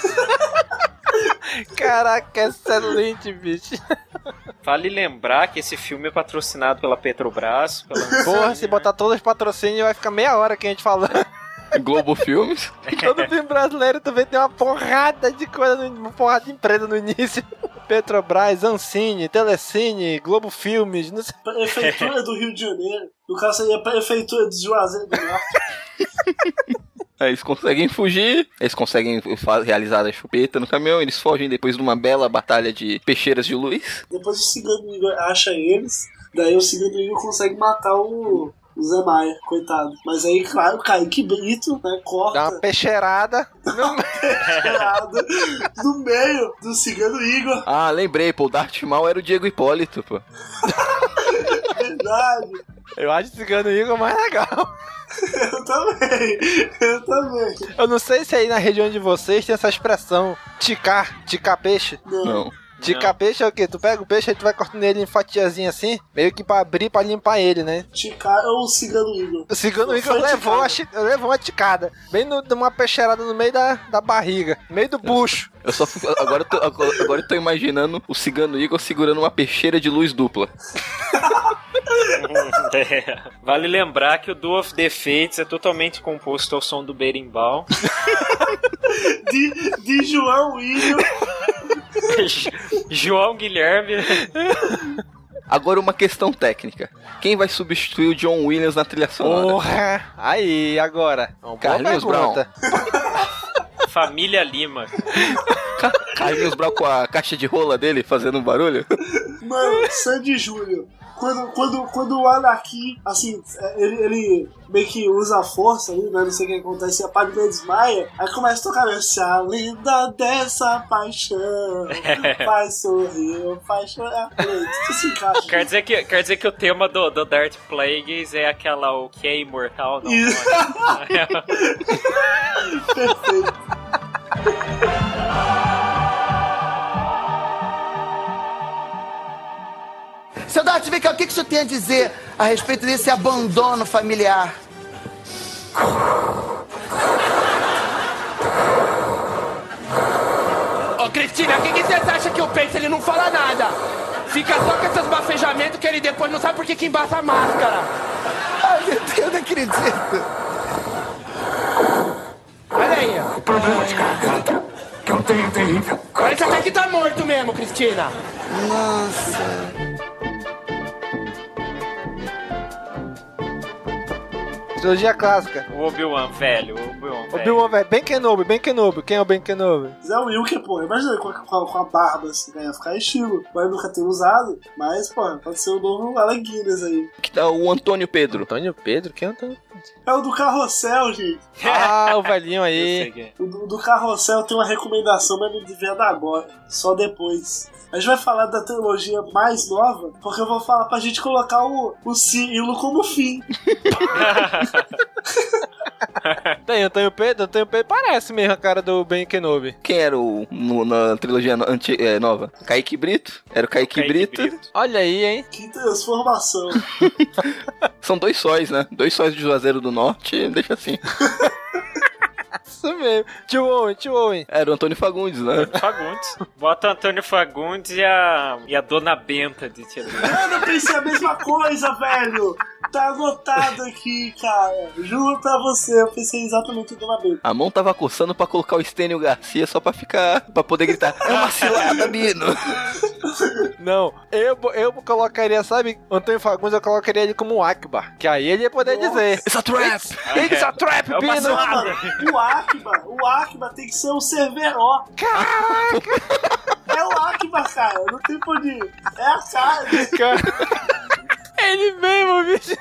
Caraca, excelente, bicho. Vale lembrar que esse filme é patrocinado pela Petrobras. Pela... Porra, se botar todos os patrocínios vai ficar meia hora que a gente falando. Globo Filmes. Todo filme brasileiro também tem uma porrada de coisa, uma porrada de empresa no início. Petrobras, Ancine, Telecine, Globo Filmes, não sei. Prefeitura do Rio de Janeiro. No caso seria a Prefeitura de Juazeiro do Norte. Aí eles conseguem fugir, eles conseguem realizar a chupeta no caminhão, eles fogem depois de uma bela batalha de peixeiras de luz. Depois o Cigano Igor acha eles, daí o Cigano Igor consegue matar o... o Zé Maia, coitado. Mas aí, claro, o Kaique Brito, né, corta... Dá uma peixeirada. Dá uma peixeirada no meio do Cigano Igor. Ah, lembrei, pô, o Darth Maul era o Diego Hipólito, pô. Verdade. Eu acho o Cigano Igor mais legal. Eu também, eu também. Eu não sei se aí na região de vocês tem essa expressão ticar, ticar peixe. Não. Não. Ticar peixe é o quê? Tu pega o peixe e tu vai cortando ele em fatiazinha assim, meio que pra abrir, pra limpar ele, né? Ticar é o Cigano Igor. O Cigano Igor levou, a, levou uma ticada, bem no, uma peixeirada no meio da, da barriga, no meio do bucho. Eu só fico, agora, eu tô, agora eu tô imaginando o Cigano Igor segurando uma peixeira de luz dupla. É. Vale lembrar que o Duel of the Fates é totalmente composto ao som do berimbau. de, de João William. João Guilherme. Agora uma questão técnica. Quem vai substituir o John Williams na trilha sonora? Porra! Aí, agora. Carlinhos Brown. Família Lima. Carlinhos Brown com a caixa de rola dele fazendo um barulho? Mano, Sandy Júnior. Quando, quando, quando o Anakin, assim, ele, ele meio que usa a força ali, né? Não sei o que acontece, a Padmé desmaia, aí começa a tocar essa a lenda dessa paixão faz sorrir, faz chorar. Isso se encaixa. Quer dizer que, quer dizer que o tema do, do Darth Plagueis é aquela o que é imortal, não? Isso. Perfeito. Seu Darth Vader, o que, que o senhor tem a dizer a respeito desse abandono familiar? Ô, Cristina, o que, que você acha que eu penso? Ele não fala nada. Fica só com esses bafejamentos que ele depois não sabe por que que embaça a máscara. Ai, meu Deus, eu não acredito. Olha aí, ó. O problema de garganta que eu tenho é terrível. Parece até que tá morto mesmo, Cristina. Nossa... Trilogia clássica. O Obi-Wan velho, o Obi-Wan velho. Obi-Wan velho, Ben Kenobi, Ben Kenobi. Quem é o Ben Kenobi? Zé Wilker, pô, imagina com a, com a, com a barba assim, né? Ia ficar estilo. Pode nunca ter usado, mas, pô, pode ser o novo Alec Guinness aí. Que tá o Antônio Pedro. Antônio Pedro? Quem é o Antônio Pedro? É o do Carrossel, gente. Ah, o velhinho aí. É. O do, do Carrossel tem uma recomendação, mas não devia dar agora, só depois. A gente vai falar da trilogia mais nova, porque eu vou falar pra gente colocar o, o Cirilo como fim. Tem Antônio Pedro, Antônio Pedro parece mesmo a cara do Ben Kenobi. Quem era o no, na trilogia no, anti, é, nova? Kaique Brito? Era o Kaique, Kaique Brito. Brito. Olha aí, hein? Que transformação. São dois sóis, né? Dois sóis de Juazeiro do Norte, deixa assim. Isso mesmo. Tio Owen, tio Owen. Era o Antônio Fagundes, né? Fagundes. Bota o Antônio Fagundes e a, e a Dona Benta de Tia Benta. Eu não pensei a mesma coisa, velho. Tá anotado aqui, cara. Juro pra você, eu pensei exatamente em Dona Benta. A mão tava coçando pra colocar o Estênio Garcia só pra ficar... pra poder gritar, é uma cilada, Bino. Não, eu, eu colocaria, sabe, Antônio Fagundes, eu colocaria ele como o Akbar. Que aí ele ia poder Nossa. dizer... It's a trap! It's a trap, É uma Bino! cilada. O Akbar, o Akbar tem que ser o Cerveró. Caraca! É o Akbar, cara. Não tem por onde ir. É a cara. Cara... Ele mesmo, bicho.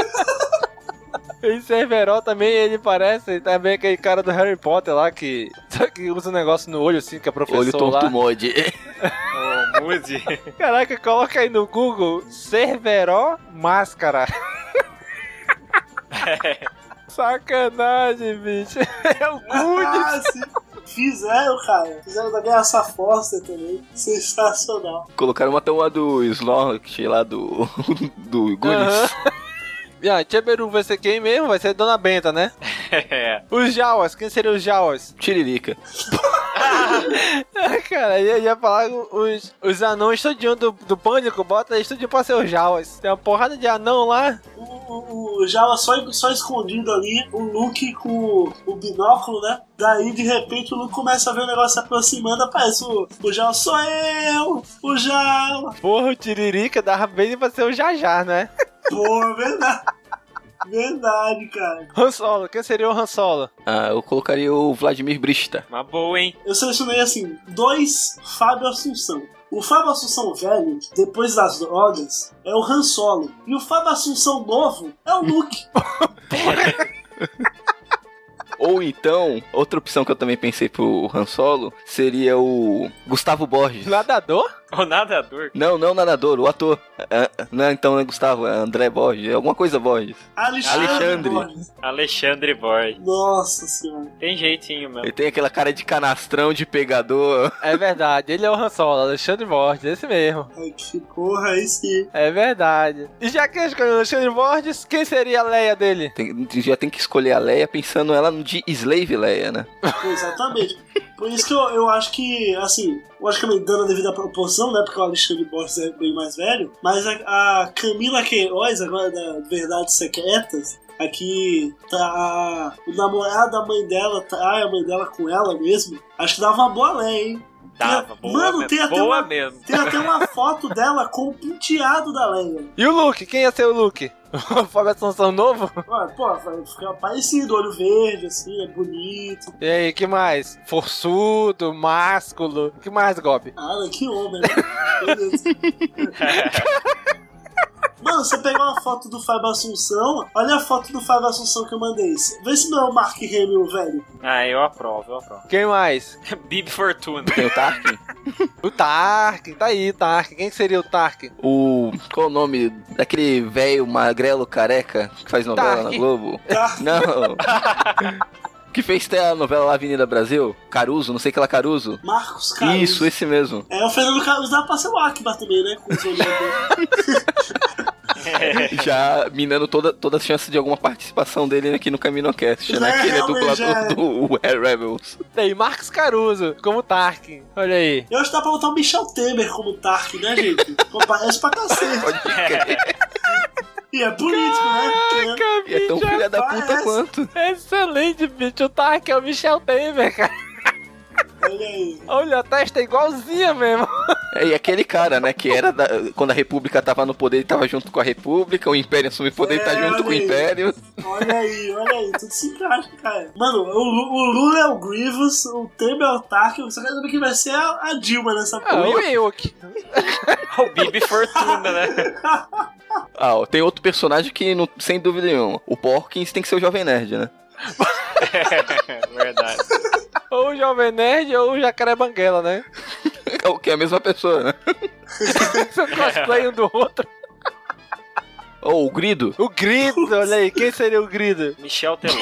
Em Cerveró também ele parece também aquele cara do Harry Potter lá que, que usa um negócio no olho assim, que é professor Olho tonto lá. mod. Ô, Mude. Caraca, coloca aí no Google Cerveró Máscara. Sacanagem, bicho. É o Ah, Goonies. sim. Fizeram, cara. Fizeram da Graça Foster também. Sensacional. Colocaram até uma do Snorlax lá do. do Goonies. Aham. E a Tcheberu vai ser quem mesmo? Vai ser Dona Benta, né? É. Os Jawas, quem seriam os Jawas? Tiririca. Cara, ia, ia falar os, os anões tudinho do, do Pânico, bota eles tudinho pra ser os Jawas. Tem uma porrada de anão lá. O, o, o Jawa só, só escondido ali, o Luke com o binóculo, né? Daí, de repente, o Luke começa a ver o negócio se aproximando, aparece o, o Jawa, sou eu! O Jawa! Porra, o Tiririca dava bem pra ser o Jajar, né? Pô, verdade. Verdade, cara. Han Solo, quem seria o Han Solo? Ah, eu colocaria o Vladimir Brista. Uma boa, hein? Eu selecionei, assim, dois Fábio Assunção. O Fábio Assunção velho, depois das drogas, é o Han Solo. E o Fábio Assunção novo é o Luke. Ou então, outra opção que eu também pensei pro Han Solo seria o Gustavo Borges. Nadador? O nadador? Não, não nadador, o ator. É, não, então não é Gustavo, é André Borges, alguma coisa Borges. Alexandre, Alexandre. Borges. Alexandre Borges. Nossa senhora. Tem jeitinho mesmo. Ele tem aquela cara de canastrão, de pegador. É verdade, ele é o Han Solo, Alexandre Borges, esse mesmo. Ai, que porra, aí sim. É verdade. E já que escolheu o Alexandre Borges, quem seria a Leia dele? Tem, já tem que escolher a Leia pensando ela de Slave Leia, né? Exatamente. Por isso que eu, eu acho que, assim, logicamente dando a devida proporção, né? Porque o Alexandre Borges é bem mais velho. Mas a, a Camila Queiroz, agora da Verdades Secretas, aqui tá a, o namorado da mãe dela, trai a mãe dela com ela mesmo. Acho que dava uma boa lei, hein? Dava, boa, Mano, mesmo. tem até, boa uma, mesmo. tem até uma foto dela com o penteado da Leia. E o Luke? Quem ia ser o Luke? O Fábio Assunção novo? Olha, pô, fica parecido, olho verde, assim, é bonito. E aí, que mais? Forçudo, másculo. Que mais, Gob? Ah, que homem, né? Beleza. Mano, você pegar uma foto do Fábio Assunção, olha a foto do Fábio Assunção que eu mandei. Vê se não é o Mark Hamill, velho. Ah, eu aprovo, eu aprovo. Quem mais? Bibi Fortuna. Tem o Tarkin? O Tarkin, tá aí, Tarkin. Quem seria o Tarkin? O... Qual o nome daquele velho magrelo careca que faz novela Tarkin. na Globo? Tarkin. Não. Que fez até a novela lá Avenida Brasil? Caruso, não sei que lá, Caruso. Marcos Caruso. Isso, esse mesmo. É, o Fernando Caruso dá pra ser o Akbar também, né? Com os olhos dele. Já minando toda, toda a chance de alguma participação dele aqui no CaminoCast, né? É, Que ele é realmente, dublador é. do Air Rebels. Tem Marcos Caruso como Tarkin. Olha aí. Eu acho que dá pra botar o Michel Temer como Tarkin, né, gente? Pô, parece pra cacete. E é político, né? Caraca, E é tão bicho, filha da puta parece. quanto. Excelente, bicho. O Tarkin é o Michel Temer, cara. Olha aí. Olha, a testa é igualzinha mesmo. É, e aquele cara, né, que era da, quando a República tava no poder, ele tava junto com a República, o Império assumiu o poder, ele tá É, junto olha com o aí. Império. Olha aí, olha aí, tudo se encaixa, cara. Mano, o, Lu- o Lula é o Grievous, o Temer é o Tarkin, você quer saber quem vai ser a, a Dilma nessa Ah, porra. o Ewok. O Bibi Fortuna, né? Ah, ó, tem outro personagem que, não, sem dúvida nenhuma, o Porkins tem que ser o Jovem Nerd, né? É, verdade. Ou o Jovem Nerd ou o Jacaré Banguela, né? É o que é a mesma pessoa, né? São cosplay um do outro. Ou o Grido. O Grido, olha aí. Quem seria o Grido? Michel Teló.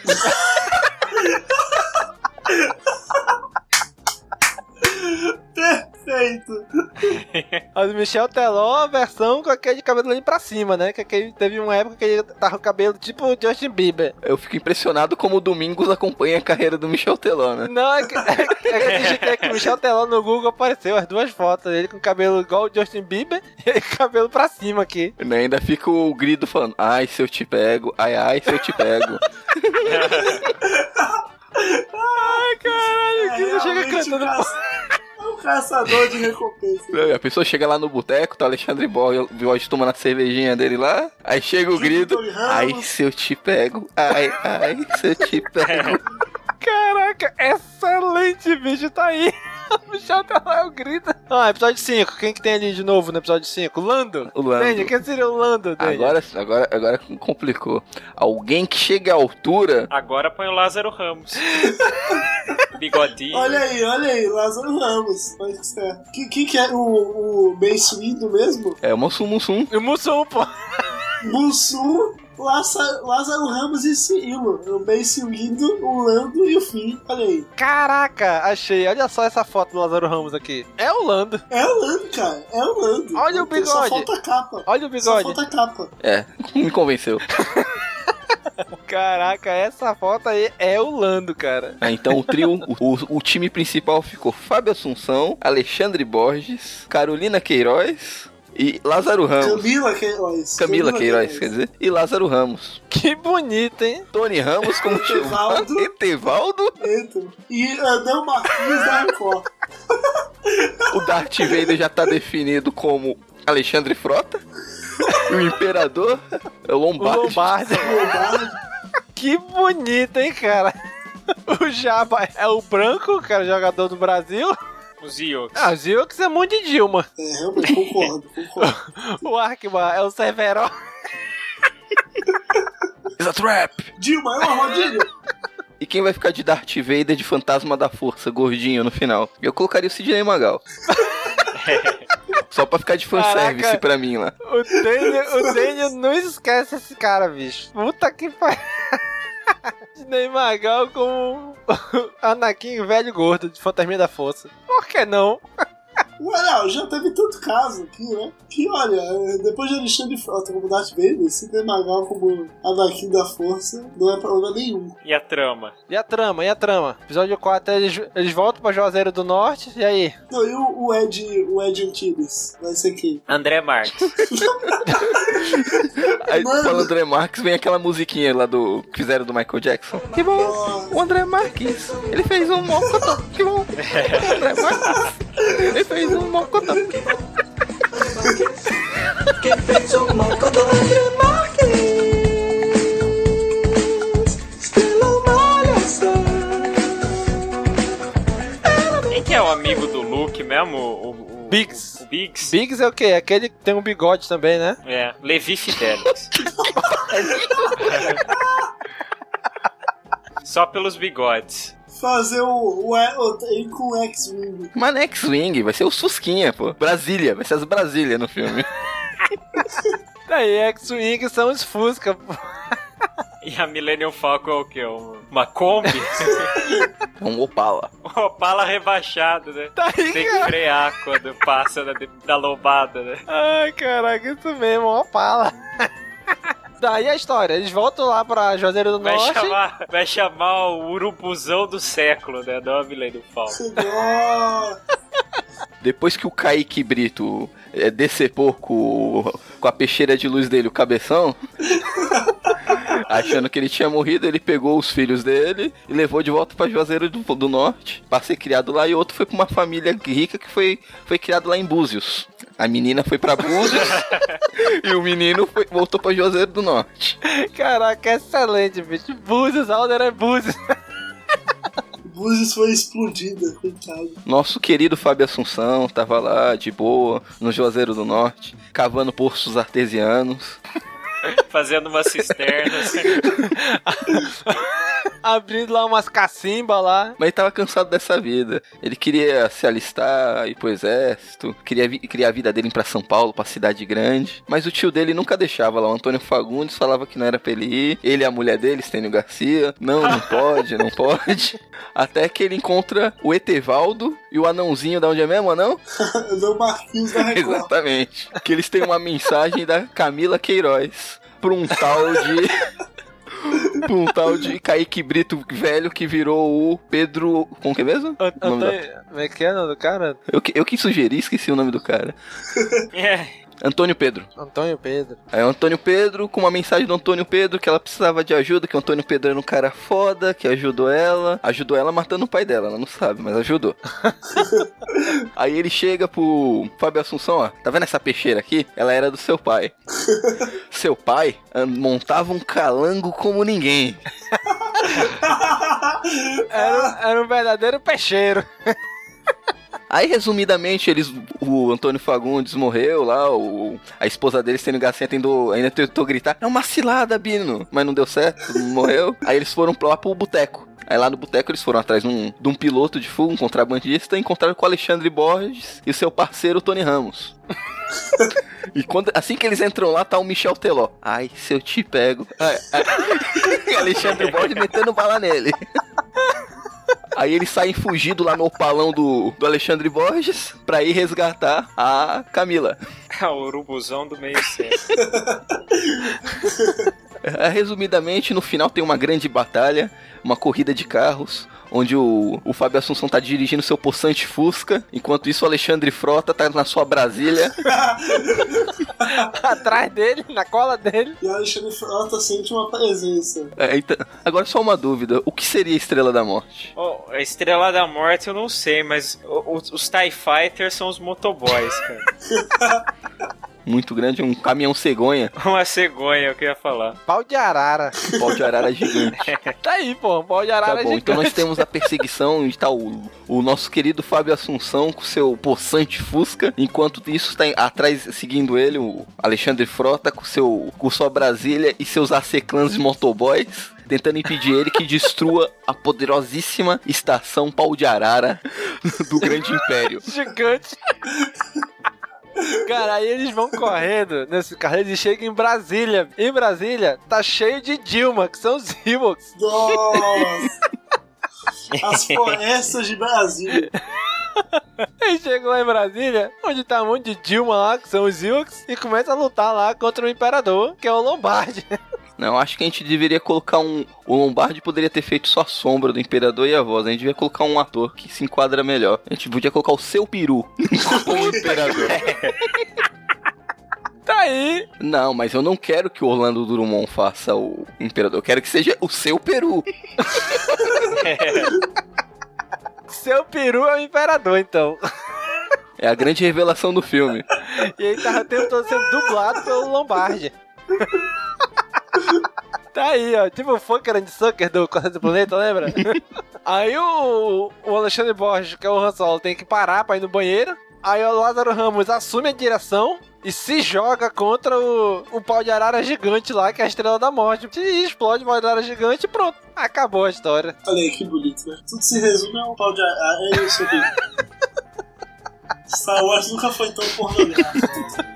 Perfeito. A do Michel Teló, a versão com aquele cabelo ali pra cima, né? Que aquele, teve uma época que ele tava com o cabelo tipo o Justin Bieber. Eu fico impressionado como o Domingos acompanha a carreira do Michel Teló, né? Não, é que, é que eu digitei que o Michel Teló no Google apareceu as duas fotos. Ele com cabelo igual o Justin Bieber e ele com cabelo pra cima aqui. E ainda fica o Grido falando, ai, se eu te pego, ai, ai, se eu te pego. Ai, caralho, que É, você chega realmente cantando. o caça- É um caçador de recompensa. A pessoa chega lá no boteco, tá o Alexandre Borges tomando a cervejinha dele lá, aí chega o Grido, ai, se eu te pego, ai, ai, se eu te pego. Caraca, excelente, bicho, tá aí. O Michel Teló é o Grido. Ah, episódio cinco. Quem que tem ali de novo no episódio cinco? Lando? O Lando. Entendi, quem seria o Lando? Entendi. Agora, agora, agora complicou. Alguém que chega à altura... Agora põe o Lázaro Ramos. Bigodinho. Olha aí, olha aí, Lázaro Ramos. Pode ser. Quem que, que é o, o Mace Windu mesmo? É o Mussum Mussum. O Mussum, pô. Mussum. Lázaro, Lázaro Ramos e Cirilo. O meio seguindo, o Lando e o fim. Olha aí. Caraca, achei. Olha só essa foto do Lázaro Ramos aqui. É o Lando. É o Lando, cara. É o Lando. Olha o bigode. Só falta a capa. Olha o bigode. Só falta a capa. É, me convenceu. Caraca, essa foto aí é o Lando, cara. Ah, então o trio, o, o, o time principal ficou Fábio Assunção, Alexandre Borges, Carolina Queiroz e Lázaro Ramos. Camila Queiroz. Camila, Camila Queiroz, Queiroz, quer dizer. E Lázaro Ramos. Que bonito, hein? Tony Ramos como Etevaldo. Etevaldo. Eita. E André Martins da Record. O Darth Vader já tá definido como Alexandre Frota. O Imperador é o Lombardi. O Lombardi. Que bonito, hein, cara? O Jabba é o branco, cara, jogador do Brasil. O Ziox. Ah, o Ziox é muito de Dilma. É, realmente, concordo, concordo. O Arkman é o Severo. It's a trap. Dilma, é uma rodilha. E quem vai ficar de Darth Vader de Fantasma da Força, gordinho, no final? Eu colocaria o Sidney Magal. Só pra ficar de fanservice Caraca, pra mim lá. O Daniel, o Daniel não esquece esse cara, bicho. Puta que pariu. Sidney Magal com Anakin velho gordo de Fantasma da Força. Por que não? Ué, já teve tanto caso aqui, né? Que olha, depois de Alexandre Frota como Darth Vader, Sidney Magal como Anakin da Força, não é problema nenhum. E a trama? E a trama? E a trama? Episódio quatro, eles, eles voltam pra Juazeiro do Norte, e aí? Não, e o, o Ed, o Ed Antilles? Vai ser quem? André Marques. Aí tu fala André Marques, vem aquela musiquinha lá do que fizeram do Michael Jackson. Que bom, Nossa. O André Marques, ele fez um mocotó, que bom. O André Marques, ele fez um mocotó. Quem fez um mocotó, André Marques, estrelou malhação. Quem que é o amigo do Luke mesmo? O, o, Biggs. O Biggs? Biggs é o quê? Aquele que tem um bigode também, né? É, Levi Fidelix. Só pelos bigodes. Fazer o, o, o, o com o X-Wing. Mas não é X-Wing, vai ser o Susquinha, pô. Brasília, vai ser as Brasília no filme. Daí, X-Wing são os Fusca, pô. E a Millennium Falcon é o quê? Uma Kombi? Um Opala. Um Opala rebaixado, né? Tá aí, tem que cara. frear quando passa da, da lombada, né? Ai, caraca, isso mesmo, um Opala. Daí a história, eles voltam lá pra Juazeiro do vai Norte. Chamar, vai chamar o urubuzão do século, né? Não a Millennium Falcon. Depois que o Kaique Brito é, decepou com, com a peixeira de luz dele, o cabeção, achando que ele tinha morrido, ele pegou os filhos dele e levou de volta pra Juazeiro do, do Norte, pra ser criado lá, e outro foi pra uma família rica que foi, foi criado lá em Búzios. A menina foi pra Búzios e o menino foi, voltou pra Juazeiro do Norte. Caraca, excelente, bicho. Búzios, Alder é Búzios. Búzios foi explodida, coitado. Nosso querido Fábio Assunção tava lá de boa, no Juazeiro do Norte, cavando poços artesianos. Fazendo umas cisternas. Abrindo lá umas cacimbas lá. Mas ele tava cansado dessa vida. Ele queria se alistar, ir pro exército. Queria, vi- queria a vida dele ir pra São Paulo, pra cidade grande. Mas o tio dele nunca deixava lá. O Antônio Fagundes falava que não era pra ele ir. Ele e a mulher dele, Estênio Garcia. Não, não pode, não pode. Até que ele encontra o Etevaldo e o anãozinho da onde é mesmo, anão? Do Marquinhos da Record. Exatamente. Que eles têm uma mensagem da Camila Queiroz pra um tal de... pra um tal de Kaique Brito velho que virou o Pedro... Como que é mesmo? Ant- Antônio... Como é que é o nome do cara? Eu que, eu que sugeri, esqueci o nome do cara. É... Antônio Pedro. Antônio Pedro. Aí o Antônio Pedro, com uma mensagem do Antônio Pedro que ela precisava de ajuda, que o Antônio Pedro era um cara foda, que ajudou ela. Ajudou ela matando o pai dela, ela não sabe, mas ajudou. Aí ele chega pro Fábio Assunção, ó, tá vendo essa peixeira aqui? Ela era do seu pai. Seu pai montava um calango como ninguém. Era, era um verdadeiro peixeiro. Aí, resumidamente, eles, o Antônio Fagundes morreu lá, o, a esposa dele, Estênio Garcia, tentou, ainda tentou gritar, é uma cilada, Bino, mas não deu certo, morreu. Aí eles foram lá pro boteco. Aí lá no boteco eles foram atrás de um, de um piloto de fuga, um contrabandista, e encontraram com o Alexandre Borges e o seu parceiro Tony Ramos. E quando, assim que eles entram lá, tá o Michel Teló. Ai, se eu te pego. Ai, ai. Alexandre Borges metendo bala nele. Aí eles saem fugidos lá no opalão do, do Alexandre Borges pra ir resgatar a Camila. É o urubuzão do meio centro. Resumidamente, no final tem uma grande batalha, uma corrida de carros, onde o, o Fábio Assunção tá dirigindo seu possante Fusca, enquanto isso o Alexandre Frota tá na sua Brasília. Atrás dele, na cola dele. E o Alexandre Frota sente uma presença. É, então, agora só uma dúvida, o que seria a Estrela da Morte? Oh, a Estrela da Morte eu não sei, mas os, os TIE Fighters são os motoboys, cara. Muito grande, um caminhão cegonha. Uma cegonha, eu queria falar. Pau de arara. Pau de arara gigante. Tá aí, pô, pau de arara tá bom, gigante. Então nós temos a perseguição onde tá o, o nosso querido Fábio Assunção com seu possante Fusca, enquanto isso está atrás, seguindo ele, o Alexandre Frota com, seu, com sua Brasília e seus A C clãs de motoboys, tentando impedir ele que destrua a poderosíssima estação Pau de Arara do Grande Império. Gigante. Cara, aí eles vão correndo nesse carro, eles chegam em Brasília. Em Brasília, tá cheio de Dilma, que são os Ewoks. Nossa! As florestas de Brasília. Eles chegam lá em Brasília, onde tá um monte de Dilma lá, que são os Ewoks, e começa a lutar lá contra o Imperador, que é o Lombardi. Não, acho que a gente deveria colocar um... O Lombardi poderia ter feito só a sombra do Imperador e a voz. A gente devia colocar um ator que se enquadra melhor. A gente podia colocar o Seu Peru como Imperador. Tá aí. Não, mas eu não quero que o Orlando Drummond faça o Imperador. Eu quero que seja o Seu Peru. Seu Peru é o Imperador, então. É a grande revelação do filme. E ele tava o tempo todo sendo dublado pelo Lombardi. Tá aí, ó, tipo o Funker and Sucker do Correio do Planeta, lembra? Aí o, o Alexandre Borges, que é o Han Solo, tem que parar pra ir no banheiro. Aí o Lázaro Ramos assume a direção e se joga contra o, o pau de arara gigante lá, que é a Estrela da Morte. E explode o pau de arara gigante e pronto, acabou a história. Olha aí, que bonito, né? Tudo se resume a um pau de arara e isso aqui. Star Wars nunca foi tão pornográfico.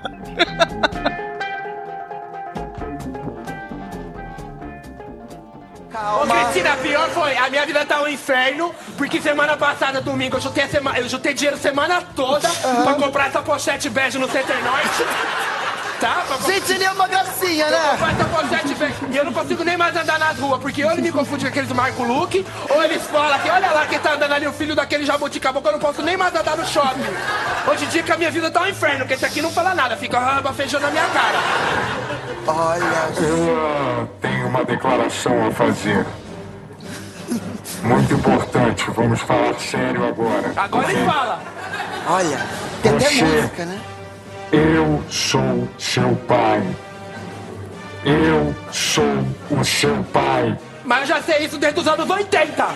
Ô, Cristina, a pior foi, a minha vida tá um inferno, porque semana passada, domingo, eu juntei, a sema, eu juntei dinheiro semana toda uhum. pra comprar essa pochete bege no Center Norte. Tá? Pra... Gente, ele é uma gracinha, eu né? comprar essa pochete bege. E eu não consigo nem mais andar nas ruas, porque ou ele me confunde com aqueles Marco Luque, ou eles falam que olha lá quem tá andando ali, o filho daquele jabuticaba, que eu não posso nem mais andar no shopping. Hoje em dia que a minha vida tá um inferno, porque esse aqui não fala nada, fica bafejando na minha cara. Olha, eu uh, tenho uma declaração a fazer. Muito importante, vamos falar sério agora. Agora ele fala. Olha, tem até Você, música, né? Eu sou seu pai. Eu sou o seu pai. Mas eu já sei isso desde os anos oitenta.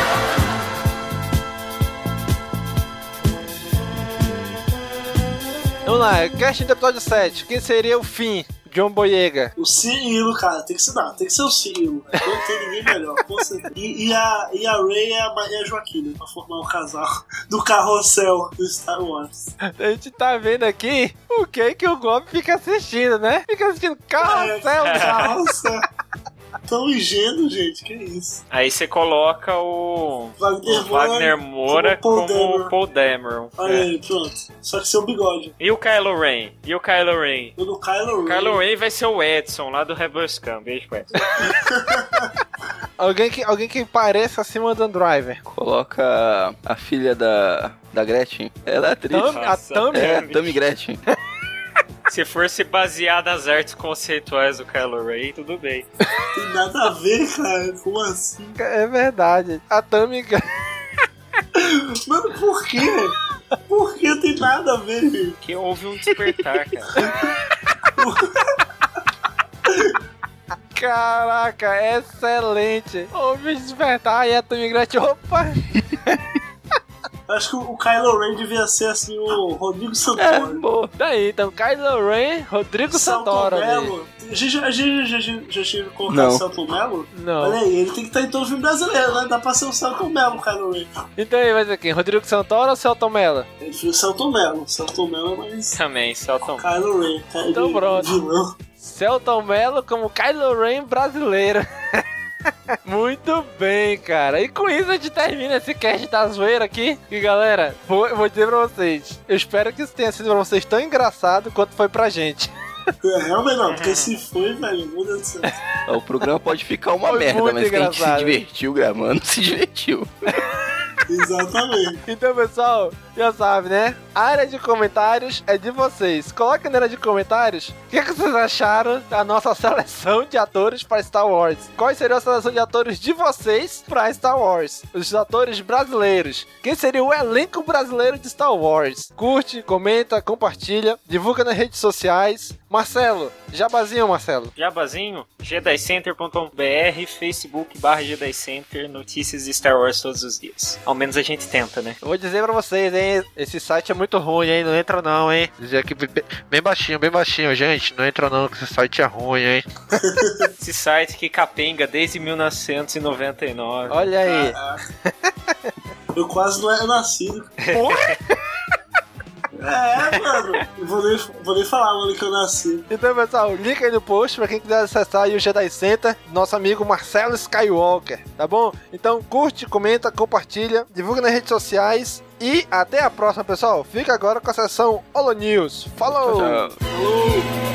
Vamos lá, casting do episódio sete. Quem seria o Finn? John Boyega. O Cirilo, cara, tem que ser, não, tem que ser o Cirilo. Não tem ninguém melhor, com certeza. E, e, a, e a Rey é a Maria Joaquina, pra formar o casal do carrossel do Star Wars. A gente tá vendo aqui o que que o Gob fica assistindo, né? Fica assistindo carrossel, é, carrossel. Tão ingênuo, gente, que isso. Aí você coloca o Wagner, o Wagner Moura como, como o Paul Dameron. Olha é. aí, pronto. Só que seu bigode. E o Kylo Ren? E o Kylo Ren? O do Kylo Ren. Kylo Ren vai ser o Edson, lá do Rebel Scum. Beijo, Edson. alguém, que, alguém que pareça acima do Driver. Coloca a filha da, da Gretchen. Ela é atriz. Tam, a Tammy? É, Tammy Gretchen. Se for se basear nas artes conceituais do Kylo Ren, tudo bem. Tem nada a ver, cara. Como assim? É verdade. A Tammy... Mano, por quê? Por que tem nada a ver, gente? Porque houve um despertar, cara. Caraca, excelente. Houve um despertar e a Tammy Gretchen... Opa! Acho que o Kylo Ren devia ser assim o Rodrigo Santoro. É, boa. Daí, então, Kylo Ren, Rodrigo Santoro. Belo, já, já, já, já, já tive que colocar Não. o Celton Mello? Não. Olha aí, ele tem que estar em todo filme brasileiro, né? Dá pra ser o Celton Mello, Kylo Ren. Então aí vai ser quem? Rodrigo Santoro ou Celton Mello? Ele foi o Celton Mello. Celton Mello é mais... Também, Celton. Kylo Ren. Então Ele- pronto. vilão. Celton Mello como Kylo Ren brasileiro. Muito bem, cara. E com isso a gente termina esse cast da zoeira aqui. E galera, vou, vou dizer pra vocês, eu espero que isso tenha sido pra vocês tão engraçado quanto foi pra gente. É, realmente não, porque se foi, velho, meu Deus do céu. O programa pode ficar uma Foi merda, muito mas quem se engraçado. divertiu gravando, se divertiu. Exatamente. Então, pessoal, já sabe, né? A área de comentários é de vocês. Coloquem na área de comentários o que, é que vocês acharam da nossa seleção de atores para Star Wars. Quais seriam a seleção de atores de vocês para Star Wars? Os atores brasileiros. Quem seria o elenco brasileiro de Star Wars? Curte, comenta, compartilha, divulga nas redes sociais. Marcelo, jabazinho, Marcelo. Jabazinho, jedi center ponto com ponto b r, Facebook barra Jedi Center, notícias de Star Wars todos os dias. Ao menos a gente tenta, né? Eu vou dizer pra vocês, hein? Esse site é muito ruim, hein? Não entra não, hein? Dizer aqui bem- bem baixinho, bem baixinho, gente. Não entra não, que esse site é ruim, hein? Esse site que capenga desde mil novecentos e noventa e nove. Olha aí. Eu quase não era nascido. É, mano. Eu vou nem, vou nem falar, mano, que eu nasci. Então, pessoal, link aí no post pra quem quiser acessar aí o Jedi Center, nosso amigo Marcelo Skywalker, tá bom? Então, curte, comenta, compartilha, divulga nas redes sociais e até a próxima, pessoal. Fica agora com a sessão Holo News. Falou! Tchau. Falou!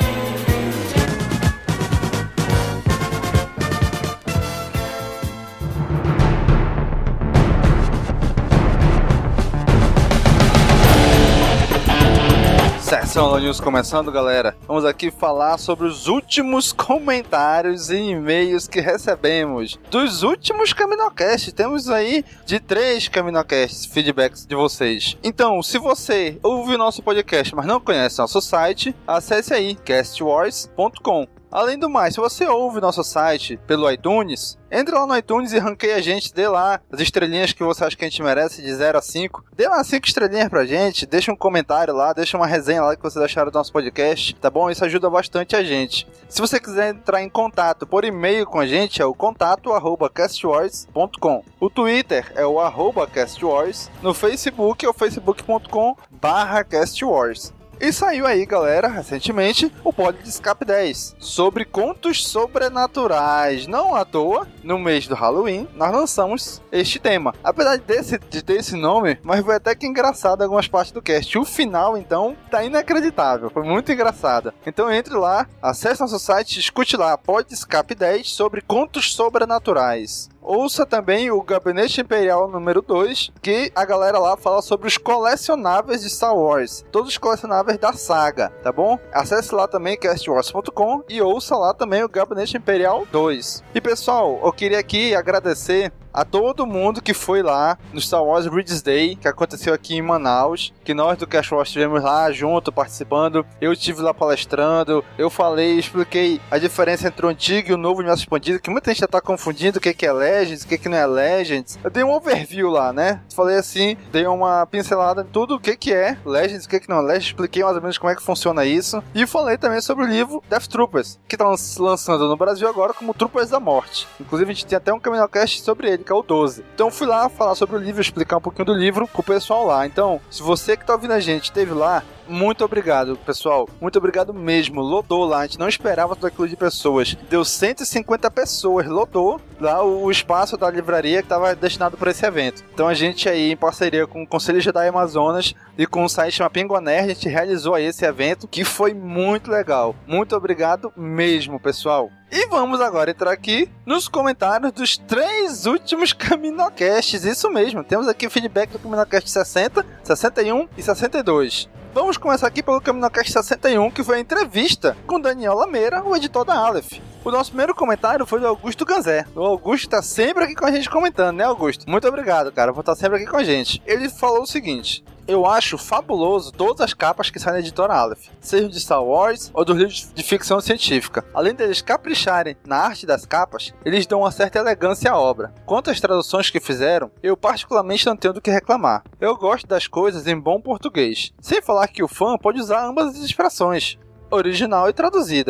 Sessão Holo News começando, galera. Vamos aqui falar sobre os últimos comentários e e-mails que recebemos dos últimos Caminocast. Temos aí de três Caminocasts, feedbacks de vocês. Então, se você ouve o nosso podcast, mas não conhece nosso site, acesse aí cast wars ponto com. Além do mais, se você ouve nosso site pelo iTunes, entre lá no iTunes e ranqueia a gente, dê lá as estrelinhas que você acha que a gente merece, de zero a cinco. Dê lá cinco estrelinhas pra gente, deixa um comentário lá, deixa uma resenha lá que vocês acharam do nosso podcast, tá bom? Isso ajuda bastante a gente. Se você quiser entrar em contato por e-mail com a gente, é o contato arroba cast wars ponto com. O Twitter é o arroba castwars. No Facebook é o facebook ponto com barra castwars. E saiu aí, galera, recentemente, o Pod de Escape dez, sobre contos sobrenaturais. Não à toa, no mês do Halloween, nós lançamos este tema. Apesar desse, de ter esse nome, mas foi até que engraçado algumas partes do cast. O final, então, tá inacreditável. Foi muito engraçado. Então entre lá, acesse nosso site, escute lá, Pod de Escape dez, sobre contos sobrenaturais. Ouça também o Gabinete Imperial número dois, que a galera lá fala sobre os colecionáveis de Star Wars. Todos os colecionáveis da saga, tá bom? Acesse lá também cast wars ponto com e ouça lá também o Gabinete Imperial dois. E pessoal, eu queria aqui agradecer a todo mundo que foi lá no Star Wars Reads Day, que aconteceu aqui em Manaus, que nós do Cast Wars estivemos lá junto, participando. Eu estive lá palestrando, eu falei, expliquei a diferença entre o antigo e o novo universo expandido, que muita gente já tá confundindo o que é Legends, o que não é Legends. Eu dei um overview lá, né? Falei assim, dei uma pincelada em tudo o que é Legends, o que não é Legends, expliquei mais ou menos como é que funciona isso, e falei também sobre o livro Death Troopers, que tá lançando no Brasil agora como Troopers da Morte. Inclusive a gente tem até um Caminocast sobre ele, que é o doze. Então fui lá falar sobre o livro, explicar um pouquinho do livro com o pessoal lá. Então, se você que tá ouvindo a gente esteve lá, muito obrigado, pessoal. Muito obrigado mesmo. Lodou lá. A gente não esperava tudo aquilo de pessoas. Deu cento e cinquenta pessoas. Lodou lá o espaço da livraria que estava destinado para esse evento. Então a gente aí, em parceria com o Conselho Jedi Amazonas e com o site chama Pinguá Nerd, a gente realizou aí esse evento que foi muito legal. Muito obrigado mesmo, pessoal. E vamos agora entrar aqui nos comentários dos três últimos Caminocasts. Isso mesmo, temos aqui o feedback do Caminocast sessenta, sessenta e um e sessenta e dois. Vamos começar aqui pelo Caminocast sessenta e um, que foi a entrevista com Daniel Lameira, o editor da Aleph. O nosso primeiro comentário foi do Augusto Ganzé. O Augusto tá sempre aqui com a gente comentando, né, Augusto? Muito obrigado, cara, por estar sempre aqui com a gente. Ele falou o seguinte: eu acho fabuloso todas as capas que saem da editora Aleph, seja de Star Wars ou dos livros de ficção científica. Além deles capricharem na arte das capas, eles dão uma certa elegância à obra. Quanto às traduções que fizeram, eu particularmente não tenho do que reclamar. Eu gosto das coisas em bom português. Sem falar que o fã pode usar ambas as expressões, original e traduzida.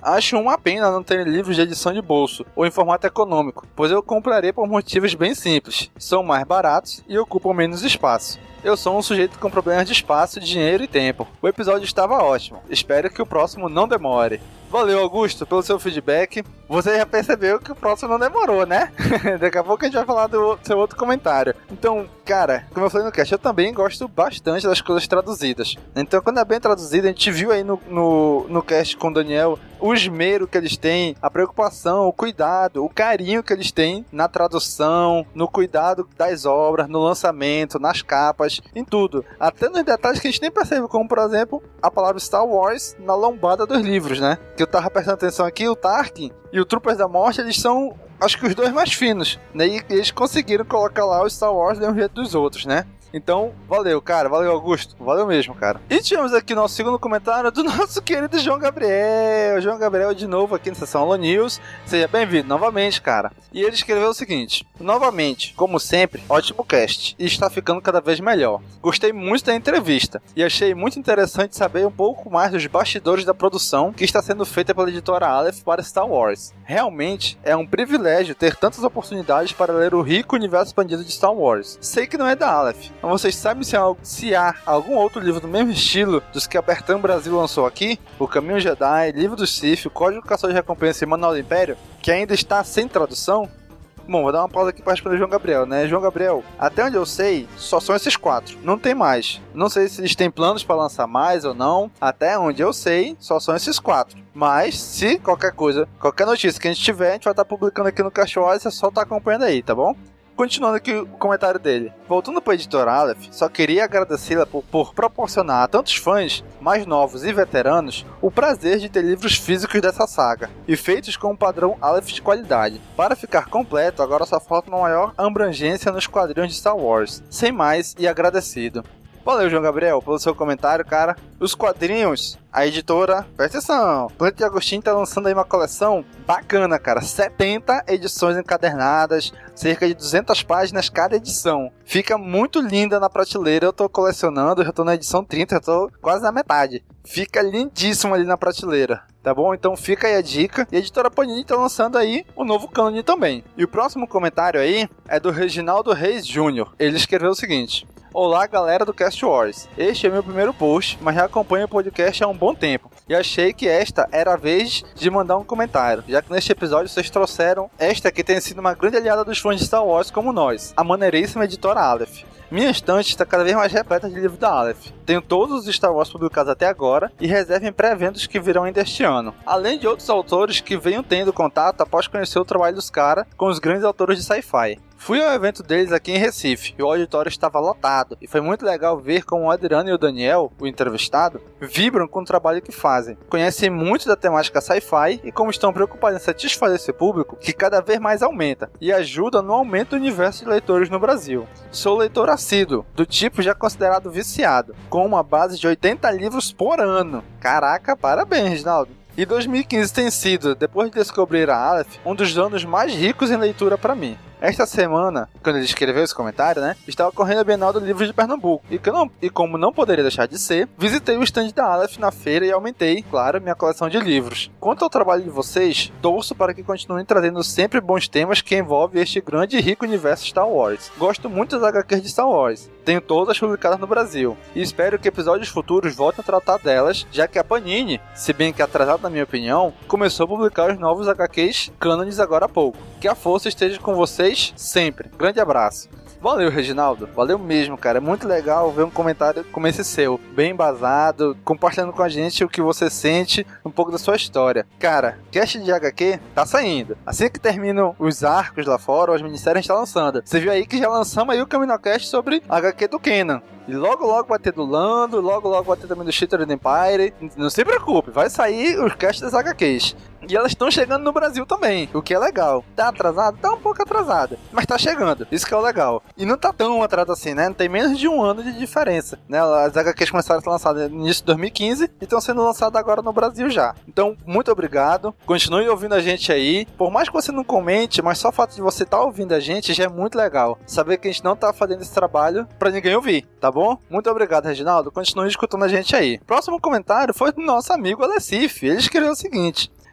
acho uma pena não ter livros de edição de bolso ou em formato econômico, pois eu compraria por motivos bem simples. São mais baratos e ocupam menos espaço. Eu sou um sujeito com problemas de espaço, dinheiro e tempo. O episódio estava ótimo. Espero que o próximo não demore. Valeu, Augusto, pelo seu feedback. Você já percebeu que o próximo não demorou, né? Daqui a pouco a gente vai falar do seu outro comentário. Então, cara, como eu falei no cast, eu também gosto bastante das coisas traduzidas. Então, quando é bem traduzido, a gente viu aí no, no, no cast com o Daniel o esmero que eles têm, a preocupação, o cuidado, o carinho que eles têm na tradução, no cuidado das obras, no lançamento, nas capas, em tudo. Até nos detalhes que a gente nem percebe, como, por exemplo, a palavra Star Wars na lombada dos livros, né? Que eu tava prestando atenção aqui, o Tarkin e o Troopers da Morte, eles são, acho que os dois mais finos, né? E eles conseguiram colocar lá o Star Wars de um jeito dos outros, né? Então, valeu, cara. Valeu, Augusto. Valeu mesmo, cara. E tivemos aqui nosso segundo comentário do nosso querido João Gabriel. João Gabriel de novo aqui na Sessão Alô News. Seja bem-vindo novamente, cara. E ele escreveu o seguinte: novamente, como sempre, ótimo cast. E está ficando cada vez melhor. Gostei muito da entrevista. E achei muito interessante saber um pouco mais dos bastidores da produção que está sendo feita pela editora Aleph para Star Wars. Realmente, é um privilégio ter tantas oportunidades para ler o rico universo expandido de Star Wars. Sei que não é da Aleph. Mas vocês sabem se há, se há algum outro livro do mesmo estilo dos que a Bertrand Brasil lançou aqui? O Caminho Jedi, Livro do Sith, o Código Caçador de Recompensa e Manual do Império, que ainda está sem tradução? Bom, vou dar uma pausa aqui para responder o João Gabriel, né? João Gabriel, até onde eu sei, só são esses quatro. Não tem mais. Não sei se eles têm planos para lançar mais ou não. Até onde eu sei, só são esses quatro. Mas, se qualquer coisa, qualquer notícia que a gente tiver, a gente vai estar publicando aqui no Cachorro, você só tá acompanhando aí, tá bom? Continuando aqui o comentário dele. Voltando para a editora Aleph, só queria agradecê-la por, por proporcionar a tantos fãs, mais novos e veteranos, o prazer de ter livros físicos dessa saga, e feitos com um padrão Aleph de qualidade. Para ficar completo, agora só falta uma maior abrangência nos quadrinhos de Star Wars. Sem mais, e agradecido. Valeu, João Gabriel, pelo seu comentário, cara. Os quadrinhos, a editora, presta atenção, Planeta de Agostinho tá lançando aí uma coleção bacana, cara. setenta edições encadernadas, cerca de duzentas páginas cada edição. Fica muito linda na prateleira, eu tô colecionando, já tô na edição trinta, já tô quase na metade. Fica lindíssimo ali na prateleira, tá bom? Então fica aí a dica. E a editora Panini tá lançando aí o novo cânone também. E o próximo comentário aí é do Reginaldo Reis Júnior Ele escreveu o seguinte: olá, galera do Cast Wars. Este é meu primeiro post, mas já acompanho o podcast há um bom tempo. E achei que esta era a vez de mandar um comentário, já que neste episódio vocês trouxeram esta que tem sido uma grande aliada dos fãs de Star Wars como nós, a maneiríssima editora Aleph. Minha estante está cada vez mais repleta de livros da Aleph. Tenho todos os Star Wars publicados até agora e reservem pré-vendas que virão ainda este ano. Além de outros autores que venham tendo contato após conhecer o trabalho dos caras com os grandes autores de sci-fi. Fui ao evento deles aqui em Recife e o auditório estava lotado, e foi muito legal ver como o Adriano e o Daniel, o entrevistado, vibram com o trabalho que fazem. Conhecem muito da temática sci-fi e como estão preocupados em satisfazer esse público que cada vez mais aumenta e ajuda no aumento do universo de leitores no Brasil. Sou leitor assíduo, do tipo já considerado viciado, com uma base de oitenta livros por ano. Caraca, parabéns, Reginaldo! E dois mil e quinze tem sido, depois de descobrir a Aleph, um dos anos mais ricos em leitura para mim. Esta semana, quando ele escreveu esse comentário, né, estava ocorrendo a Bienal do Livro de Pernambuco. E, que não, e como não poderia deixar de ser, visitei o stand da Aleph na feira e aumentei, claro, minha coleção de livros. Quanto ao trabalho de vocês, torço para que continuem trazendo sempre bons temas que envolvem este grande e rico universo Star Wars. Gosto muito das agá quês de Star Wars. Tenho todas publicadas no Brasil. E espero que episódios futuros voltem a tratar delas, já que a Panini, se bem que atrasado na minha opinião, começou a publicar os novos agá quês cânones agora há pouco. Que a força esteja com vocês sempre. Grande abraço. Valeu, Reginaldo. Valeu mesmo, cara. É muito legal ver um comentário como esse seu. Bem embasado, compartilhando com a gente o que você sente, um pouco da sua história. Cara, cast de agá quê tá saindo. Assim que terminam os arcos lá fora, os ministérios a gente tá lançando. Você viu aí que já lançamos aí o CaminoCast sobre agá quê do Kanan. E logo logo vai ter do Lando, logo logo vai ter também do Shattered Empire. Não se preocupe, vai sair os casts das agá quês. E elas estão chegando no Brasil também, o que é legal. Tá atrasado? Tá um pouco atrasada, mas tá chegando, isso que é o legal. E não tá tão atrasado assim, né? Não tem menos de um ano de diferença, né? As agá quês começaram a ser lançadas no início de dois mil e quinze e estão sendo lançadas agora no Brasil já. Então, muito obrigado. Continue ouvindo a gente aí. Por mais que você não comente, mas só o fato de você estar tá ouvindo a gente já é muito legal. Saber que a gente não tá fazendo esse trabalho pra ninguém ouvir, tá bom? Muito obrigado, Reginaldo. Continue escutando a gente aí. Próximo comentário foi do nosso amigo Alessif. Ele escreveu o seguinte: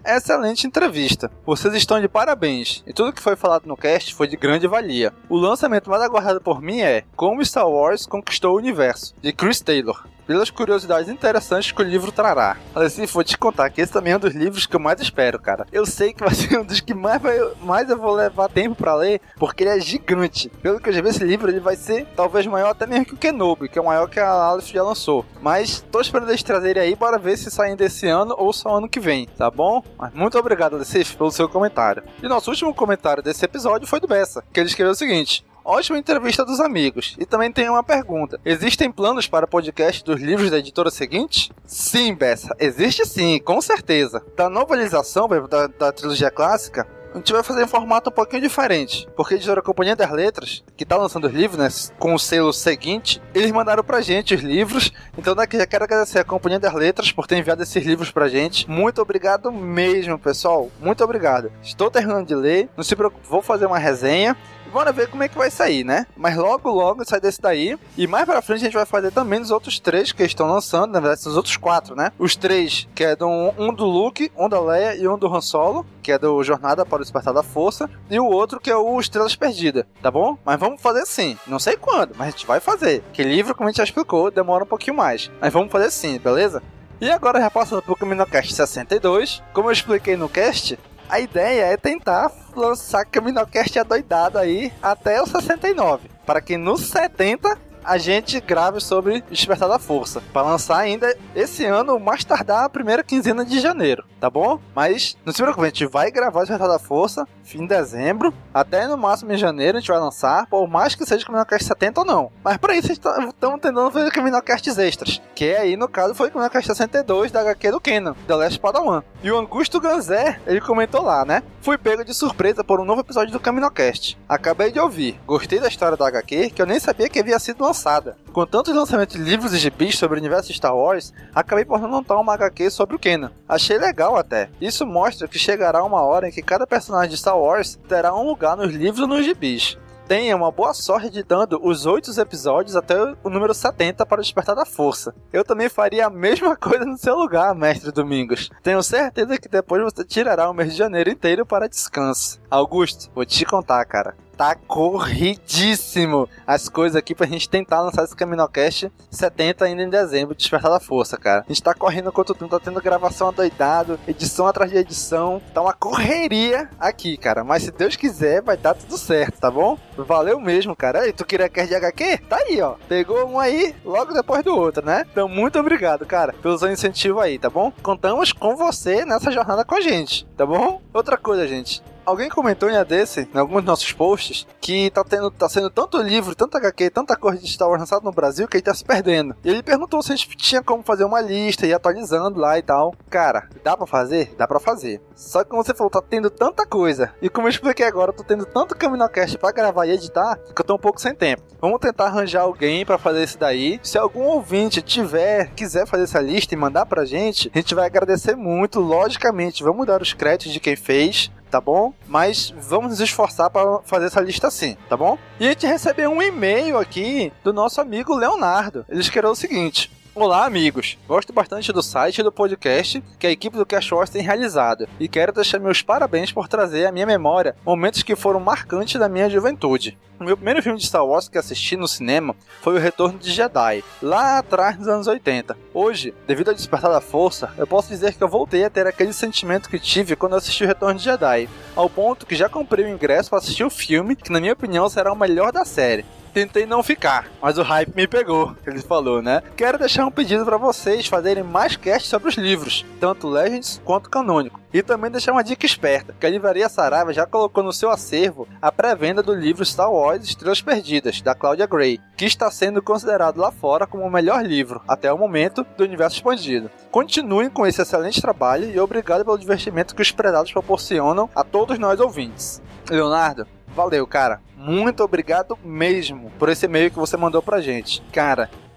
excelente entrevista. Vocês estão de parabéns, e tudo que foi falado no cast foi de grande valia. O lançamento mais aguardado por mim é Como Star Wars Conquistou o Universo, de Chris Taylor, pelas curiosidades interessantes que o livro trará. Assim, vou te contar que esse também é um dos livros que eu mais espero, cara. Eu sei que vai ser um dos que mais, vai, mais eu vou levar tempo pra ler, porque ele é gigante. Pelo que eu já vi, esse livro ele vai ser talvez maior até mesmo que o Kenobi, que é o maior que a Aleph já lançou. Mas tô esperando eles trazerem aí, bora ver se saem desse ano ou só ano que vem, tá bom? Mas muito obrigado, Alessif, pelo seu comentário. E nosso último comentário desse episódio foi do Bessa, que ele escreveu o seguinte: ótima entrevista dos amigos. E também tem uma pergunta: existem planos para o podcast dos livros da editora seguinte? Sim, Bessa, existe sim, com certeza. Da novelização da, da trilogia clássica, a gente vai fazer em formato um pouquinho diferente, porque a editora Companhia das Letras, que tá lançando os livros, né, com o selo seguinte, eles mandaram pra gente os livros. Então daqui já quero agradecer a Companhia das Letras por ter enviado esses livros pra gente. Muito obrigado mesmo, pessoal, muito obrigado. Estou terminando de ler, não se preocupe, vou fazer uma resenha. Bora ver como é que vai sair, né? Mas logo, logo sai desse daí. E mais pra frente a gente vai fazer também os outros três que estão lançando. Na verdade, os outros quatro, né? Os três, que é do, um do Luke, um da Leia e um do Han Solo, que é do Jornada para o Despertar da Força. E o outro que é o Estrelas Perdidas, tá bom? Mas vamos fazer sim. Não sei quando, mas a gente vai fazer. Que livro, como a gente já explicou, demora um pouquinho mais. Mas vamos fazer sim, beleza? E agora, já passando pro CaminoCast sessenta e dois, como eu expliquei no cast, a ideia é tentar lançar CaminoCast adoidado aí até o sessenta e nove, para que no setenta a gente grave sobre Despertar da Força, para lançar ainda esse ano, mais tardar a primeira quinzena de janeiro, tá bom? Mas não se preocupe, a gente vai gravar Despertar da Força fim de dezembro, até no máximo em janeiro a gente vai lançar, por mais que seja CaminoCast setenta ou não. Mas para isso estamos tentando fazer CaminoCasts extras, que aí no caso foi o CaminoCast sessenta e dois da agá quê do Kenan, The Last Padawan. E o Augusto Ganzé, ele comentou lá, né? Fui pego de surpresa por um novo episódio do CaminoCast. Acabei de ouvir, gostei da história da agá quê, que eu nem sabia que havia sido lançada. Com tantos lançamentos de livros e gibis sobre o universo Star Wars, acabei por não montar uma agá quê sobre o Kenan. Achei legal até. Isso mostra que chegará uma hora em que cada personagem de Star Wars terá um lugar nos livros e nos gibis. Tenha uma boa sorte editando os oito episódios até o número setenta para o Despertar da Força. Eu também faria a mesma coisa no seu lugar, mestre Domingos. Tenho certeza que depois você tirará o mês de janeiro inteiro para descanso. Augusto, vou te contar, cara. Tá corridíssimo as coisas aqui pra gente tentar lançar esse CaminoCast setenta ainda em dezembro, Despertar da Força, cara. A gente tá correndo quanto tempo, tá tendo gravação adoidado, edição atrás de edição, tá uma correria aqui, cara. Mas se Deus quiser, vai dar tudo certo, tá bom? Valeu mesmo, cara. E tu queria cast de agá quê? Tá aí, ó. Pegou um aí, logo depois do outro, né? Então, muito obrigado, cara, pelo seu incentivo aí, tá bom? Contamos com você nessa jornada com a gente, tá bom? Outra coisa, gente. Alguém comentou em A desse, em alguns dos nossos posts, que tá, tendo, tá sendo tanto livro, tanta agá quê, tanta coisa de Star Wars lançado no Brasil que ele tá se perdendo. E ele perguntou se a gente tinha como fazer uma lista e ir atualizando lá e tal. Cara, dá pra fazer? Dá pra fazer. Só que como você falou, tá tendo tanta coisa. E como eu expliquei agora, eu tô tendo tanto CaminoCast pra gravar e editar que eu tô um pouco sem tempo. Vamos tentar arranjar alguém pra fazer isso daí. Se algum ouvinte tiver, quiser fazer essa lista e mandar pra gente, a gente vai agradecer muito, logicamente. Vamos dar os créditos de quem fez, tá bom? Mas vamos nos esforçar para fazer essa lista assim, tá bom? E a gente recebeu um e-mail aqui do nosso amigo Leonardo. Ele escreveu o seguinte: olá, amigos. Gosto bastante do site e do podcast que a equipe do Cast Wars tem realizado e quero deixar meus parabéns por trazer à minha memória momentos que foram marcantes da minha juventude. O meu primeiro filme de Star Wars que assisti no cinema foi O Retorno de Jedi, lá atrás nos anos oitenta. Hoje, devido ao Despertar da Força, eu posso dizer que eu voltei a ter aquele sentimento que tive quando assisti O Retorno de Jedi, ao ponto que já comprei o ingresso para assistir o filme, que na minha opinião será o melhor da série. Tentei não ficar, mas o hype me pegou, ele falou, né? Quero deixar um pedido para vocês fazerem mais casts sobre os livros, tanto Legends quanto canônico. E também deixar uma dica esperta, que a Livraria Saraiva já colocou no seu acervo a pré-venda do livro Star Wars Estrelas Perdidas, da Claudia Gray, que está sendo considerado lá fora como o melhor livro, até o momento, do universo expandido. Continuem com esse excelente trabalho e obrigado pelo divertimento que os predados proporcionam a todos nós ouvintes. Leonardo, valeu, cara. Muito obrigado mesmo por esse e-mail que você mandou pra gente. Cara,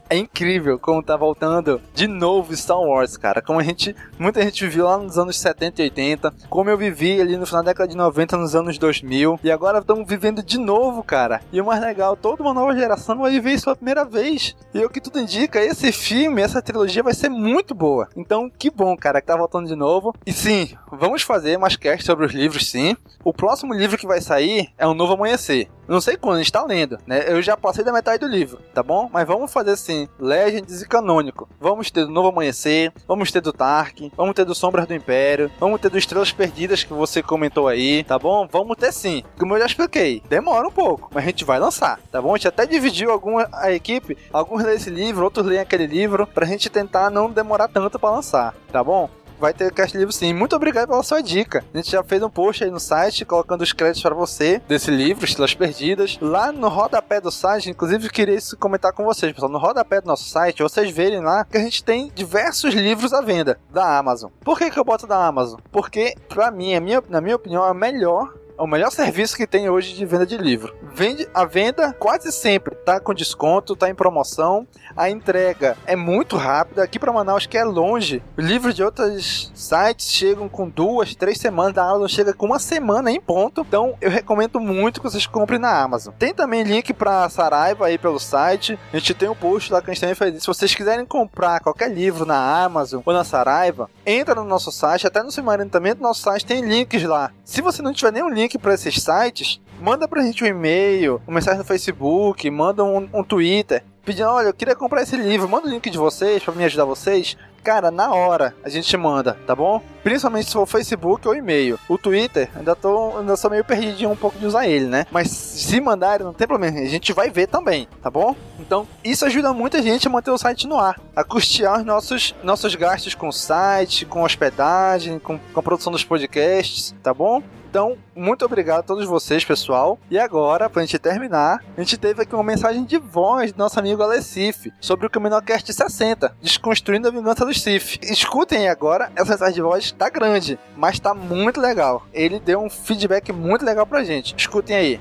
É incrível como tá voltando de novo Star Wars, cara. Como a gente, muita gente viveu lá nos anos setenta e oitenta, como eu vivi ali no final da década de noventa, nos anos dois mil, e agora estamos vivendo de novo, cara. E o mais legal, toda uma nova geração vai viver isso pela primeira vez. E o que tudo indica, esse filme, essa trilogia vai ser muito boa. Então, que bom, cara, que tá voltando de novo. E sim, vamos fazer mais cast sobre os livros, sim. O próximo livro que vai sair é Um Novo Amanhecer. Não sei quando a gente tá lendo, né? Eu já passei da metade do livro, tá bom? Mas vamos fazer assim, Legends e canônico. Vamos ter do Novo Amanhecer, vamos ter do Tarkin, vamos ter do Sombras do Império, vamos ter do Estrelas Perdidas que você comentou aí, tá bom? Vamos ter sim. Como eu já expliquei, demora um pouco, mas a gente vai lançar, tá bom? A gente até dividiu alguma, a equipe, alguns lêem esse livro, outros leem aquele livro, pra gente tentar não demorar tanto pra lançar, tá bom? Vai ter cast livro sim. Muito obrigado pela sua dica. A gente já fez um post aí no site, colocando os créditos para você, desse livro, Estrelas Perdidas. Lá no rodapé do site, inclusive, eu queria isso comentar com vocês, pessoal. No rodapé do nosso site, vocês verem lá que a gente tem diversos livros à venda da Amazon. Por que que eu boto da Amazon? Porque, pra mim, a minha, na minha opinião, é a melhor... É o melhor serviço que tem hoje de venda de livro. Vende, a venda quase sempre tá com desconto, tá em promoção. A entrega é muito rápida. Aqui para Manaus, que é longe, livros de outros sites chegam com duas, três semanas. Da Amazon chega com uma semana em ponto. Então eu recomendo muito que vocês comprem na Amazon. Tem também link para Saraiva aí pelo site. A gente tem um post lá que a gente também faz isso. Se vocês quiserem comprar qualquer livro na Amazon ou na Saraiva, entra no nosso site. Até no Submarino também, no nosso site tem links lá. Se você não tiver nenhum link para esses sites, manda pra gente um e-mail, uma mensagem no Facebook, manda um, um Twitter, pedindo, olha, eu queria comprar esse livro, manda o link de vocês pra me ajudar vocês. Cara, na hora a gente manda, tá bom? Principalmente se for Facebook ou e-mail. O Twitter, ainda tô, ainda sou meio perdidinho um pouco de usar ele, né? Mas se mandarem, não tem problema, a gente vai ver também, tá bom? Então, isso ajuda muita gente a manter o site no ar, a custear os nossos, nossos gastos com o site, com hospedagem, com, com a produção dos podcasts, tá bom? Então, muito obrigado a todos vocês, pessoal. E agora, pra gente terminar, a gente teve aqui uma mensagem de voz do nosso amigo Alessif sobre o Caminocast sessenta, Desconstruindo a Vingança dos Sith. Escutem aí agora, essa mensagem de voz tá grande, mas tá muito legal. Ele deu um feedback muito legal pra gente. Escutem aí.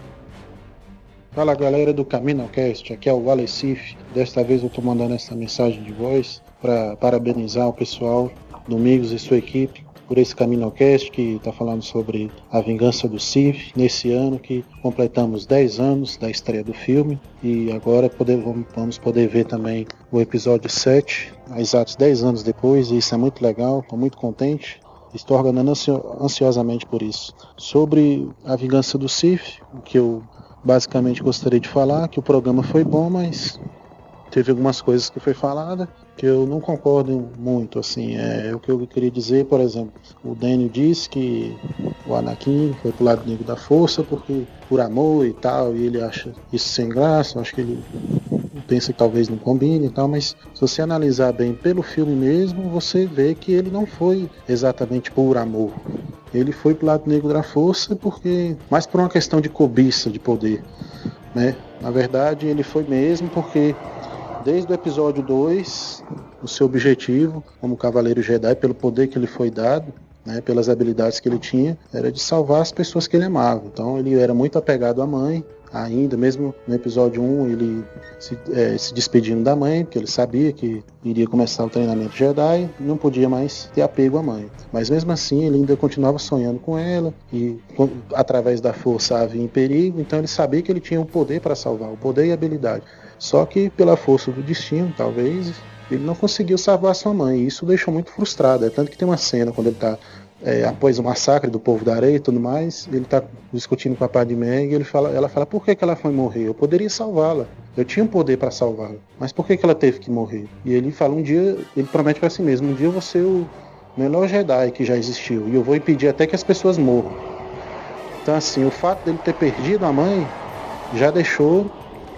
Fala galera do Caminocast, aqui é o Alessif. Desta vez eu tô mandando essa mensagem de voz para parabenizar o pessoal, Domingos e sua equipe, por esse Caminocast que está falando sobre a vingança do Sith, nesse ano que completamos dez anos da estreia do filme, e agora poder, vamos poder ver também o episódio sete, exatos dez anos depois, e isso é muito legal, estou muito contente, estou aguardando ansiosamente por isso. Sobre a vingança do Sith, o que eu basicamente gostaria de falar, que o programa foi bom, mas teve algumas coisas que foi falada que eu não concordo muito, assim, é o que eu queria dizer. Por exemplo, o Daniel disse que o Anakin foi pro lado negro da força porque por amor e tal, e ele acha isso sem graça. Eu acho que ele pensa que talvez não combine e tal, mas se você analisar bem pelo filme mesmo, você vê que ele não foi exatamente por amor. Ele foi pro lado negro da força porque, mais por uma questão de cobiça de poder, né? Na verdade, ele foi mesmo porque desde o episódio dois, o seu objetivo como Cavaleiro Jedi, pelo poder que lhe foi dado, né, pelas habilidades que ele tinha, era de salvar as pessoas que ele amava. Então ele era muito apegado à mãe, ainda, mesmo no episódio um, ele se, é, se despedindo da mãe, porque ele sabia que iria começar o treinamento Jedi, não podia mais ter apego à mãe. Mas mesmo assim, ele ainda continuava sonhando com ela, e com, através da força havia em perigo, então ele sabia que ele tinha o poder para salvar, o poder e a habilidade. Só que pela força do destino, talvez, ele não conseguiu salvar sua mãe, e isso o deixou muito frustrado. É tanto que tem uma cena quando ele está é, após o massacre do povo da areia e tudo mais, ele está discutindo com a Padmé e ele fala, ela fala, por que, que ela foi morrer? Eu poderia salvá-la, eu tinha um poder para salvá-la, mas por que, que ela teve que morrer? E ele fala, um dia, ele promete para si mesmo, um dia eu vou ser o melhor Jedi que já existiu, e eu vou impedir até que as pessoas morram. Então assim, o fato dele ter perdido a mãe já deixou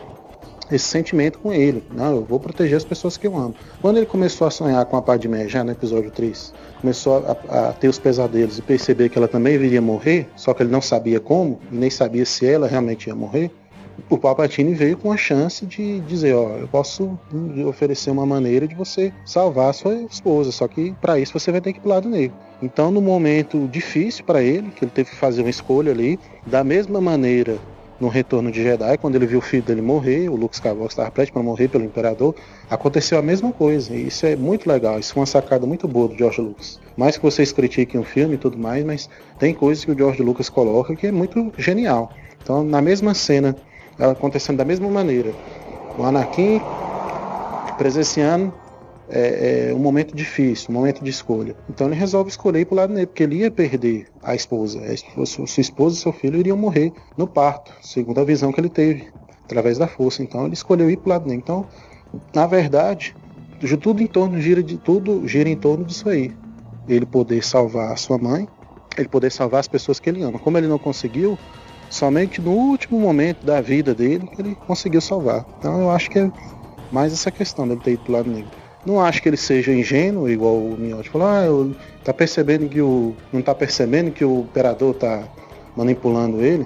esse sentimento com ele. Não, eu vou proteger as pessoas que eu amo. Quando ele começou a sonhar com a Padmé, já no episódio três, começou a, a ter os pesadelos e perceber que ela também viria morrer, só que ele não sabia como, e nem sabia se ela realmente ia morrer, o Palpatine veio com a chance de dizer, ó, eu posso oferecer uma maneira de você salvar a sua esposa, só que para isso você vai ter que ir pro lado negro. Então, no momento difícil para ele, que ele teve que fazer uma escolha ali, da mesma maneira no Retorno de Jedi, quando ele viu o filho dele morrer, o Luke Skywalker estava prestes para morrer pelo Imperador, aconteceu a mesma coisa, e isso é muito legal, isso foi uma sacada muito boa do George Lucas. Mais que vocês critiquem o filme e tudo mais, mas tem coisas que o George Lucas coloca que é muito genial. Então, na mesma cena, ela acontecendo da mesma maneira, o Anakin presenciando É, é um momento difícil, um momento de escolha. Então ele resolve escolher ir pro lado negro, porque ele ia perder a esposa. A esposa sua esposa e seu filho iriam morrer no parto, segundo a visão que ele teve, através da força. Então ele escolheu ir pro lado negro. Então, na verdade, tudo em torno gira de tudo gira em torno disso aí. Ele poder salvar a sua mãe, ele poder salvar as pessoas que ele ama. Como ele não conseguiu, somente no último momento da vida dele ele conseguiu salvar. Então eu acho que é mais essa questão dele ter ido pro lado negro. Não acho que ele seja ingênuo, igual o Miotti falou, ah, eu, tá percebendo que o, não tá percebendo que o Imperador tá manipulando ele.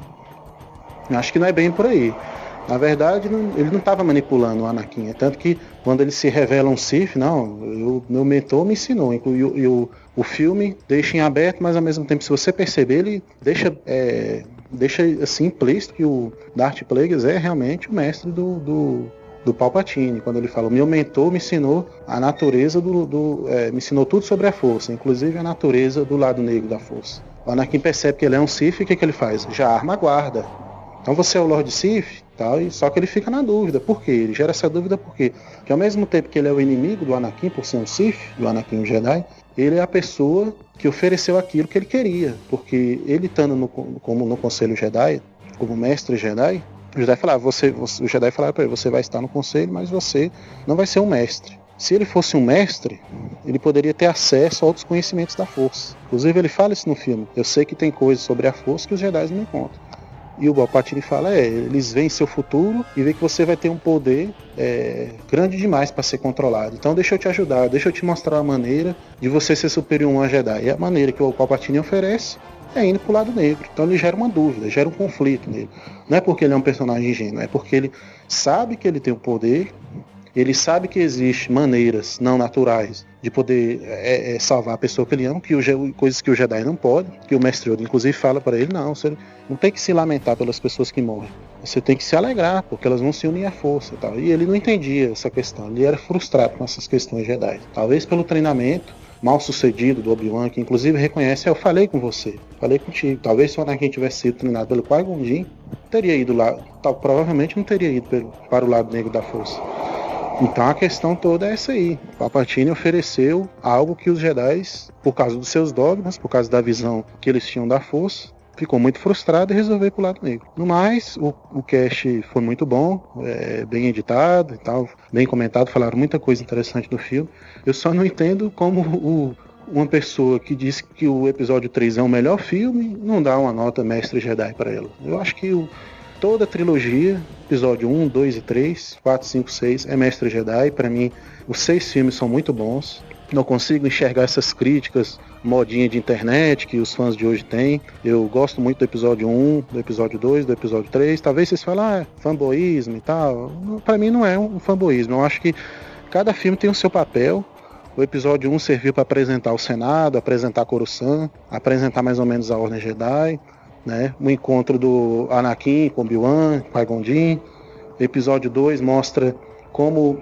Eu acho que não é bem por aí. Na verdade, não, ele não estava manipulando o Anakin. É tanto que quando ele se revela um Sith, não, eu, meu mentor me ensinou. E, e o, o filme deixa em aberto, mas ao mesmo tempo, se você perceber, ele deixa, é, deixa assim implícito que o Darth Plagueis é realmente o mestre do... do do Palpatine, quando ele fala, o meu mentor me ensinou a natureza do, do é, me ensinou tudo sobre a força, inclusive a natureza do lado negro da força. O Anakin percebe que ele é um Sith e o que, que ele faz? Já arma a guarda. Então você é o Lord Sith, tal, e só que ele fica na dúvida. Por quê? Ele gera essa dúvida por quê? Porque ao mesmo tempo que ele é o inimigo do Anakin, por ser um Sith, do Anakin um Jedi, ele é a pessoa que ofereceu aquilo que ele queria, porque ele estando no, como no Conselho Jedi, como mestre Jedi, o Jedi falava, você, você, o Jedi falava para ele, você vai estar no conselho, mas você não vai ser um mestre. Se ele fosse um mestre, ele poderia ter acesso a outros conhecimentos da força. Inclusive ele fala isso no filme. Eu sei que tem coisas sobre a força que os Jedi não encontram. E o Palpatine fala, é, eles veem seu futuro e veem que você vai ter um poder é, grande demais para ser controlado. Então deixa eu te ajudar, deixa eu te mostrar a maneira de você ser superior a um Jedi. E a maneira que o Palpatine oferece é indo pro lado negro. Então ele gera uma dúvida, gera um conflito nele. Não é porque ele é um personagem ingênuo, é porque ele sabe que ele tem o poder, ele sabe que existem maneiras não naturais de poder é, é, salvar a pessoa que ele ama, que o, coisas que o Jedi não pode, que o Mestre Yoda inclusive fala para ele, não, você não tem que se lamentar pelas pessoas que morrem, você tem que se alegrar, porque elas vão se unir à força. Tal. E ele não entendia essa questão, ele era frustrado com essas questões Jedi. Talvez pelo treinamento mal sucedido do Obi-Wan, que inclusive reconhece, eu falei com você, falei contigo, talvez se o Anakin tivesse sido treinado pelo Qui-Gon Jinn, teria ido lá, tal, provavelmente não teria ido pelo, para o lado negro da força. Então a questão toda é essa aí, o Palpatine ofereceu algo que os Jedi, por causa dos seus dogmas, por causa da visão que eles tinham da força, ficou muito frustrado e resolveu ir pro lado negro. No mais, o, o cast foi muito bom, é, bem editado e tal, bem comentado, falaram muita coisa interessante do filme. Eu só não entendo como o, uma pessoa que disse que o episódio três é o melhor filme, não dá uma nota Mestre Jedi para ela. Eu acho que o, toda a trilogia, episódio um, dois e três, quatro, cinco, seis, é Mestre Jedi. Para mim, os seis filmes são muito bons. Não consigo enxergar essas críticas modinha de internet que os fãs de hoje têm. Eu gosto muito do episódio um, do episódio dois, do episódio três. Talvez vocês falem, ah, fanboísmo e tal. Para mim não é um fanboísmo. Eu acho que cada filme tem o seu papel. O episódio um serviu para apresentar o Senado, apresentar Coruscant, apresentar mais ou menos a Ordem Jedi, né? O encontro do Anakin com Obi-Wan, Qui-Gon Jinn. O episódio dois mostra como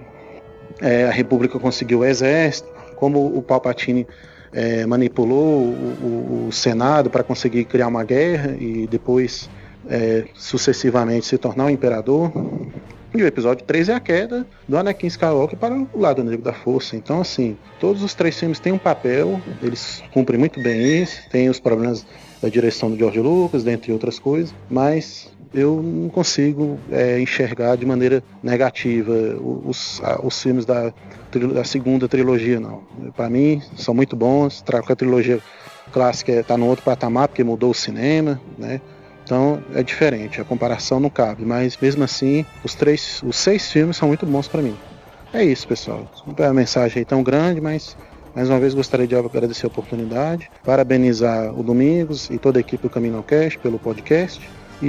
é, a República conseguiu o exército, como o Palpatine é, manipulou o, o, o Senado para conseguir criar uma guerra e depois é, sucessivamente se tornar o Imperador. E o episódio três é a queda do Anakin Skywalker para o lado negro da força. Então, assim, todos os três filmes têm um papel, eles cumprem muito bem isso, tem os problemas da direção do George Lucas, dentre outras coisas, mas eu não consigo é, enxergar de maneira negativa os, os filmes da, da segunda trilogia, não. Para mim, são muito bons, a trilogia clássica está no outro patamar, porque mudou o cinema, né? Então é diferente, a comparação não cabe, mas mesmo assim, os, três, os seis filmes são muito bons para mim. É isso, pessoal. Não é uma mensagem aí tão grande, mas mais uma vez gostaria de agradecer a oportunidade, parabenizar o Domingos e toda a equipe do CaminoCast pelo podcast e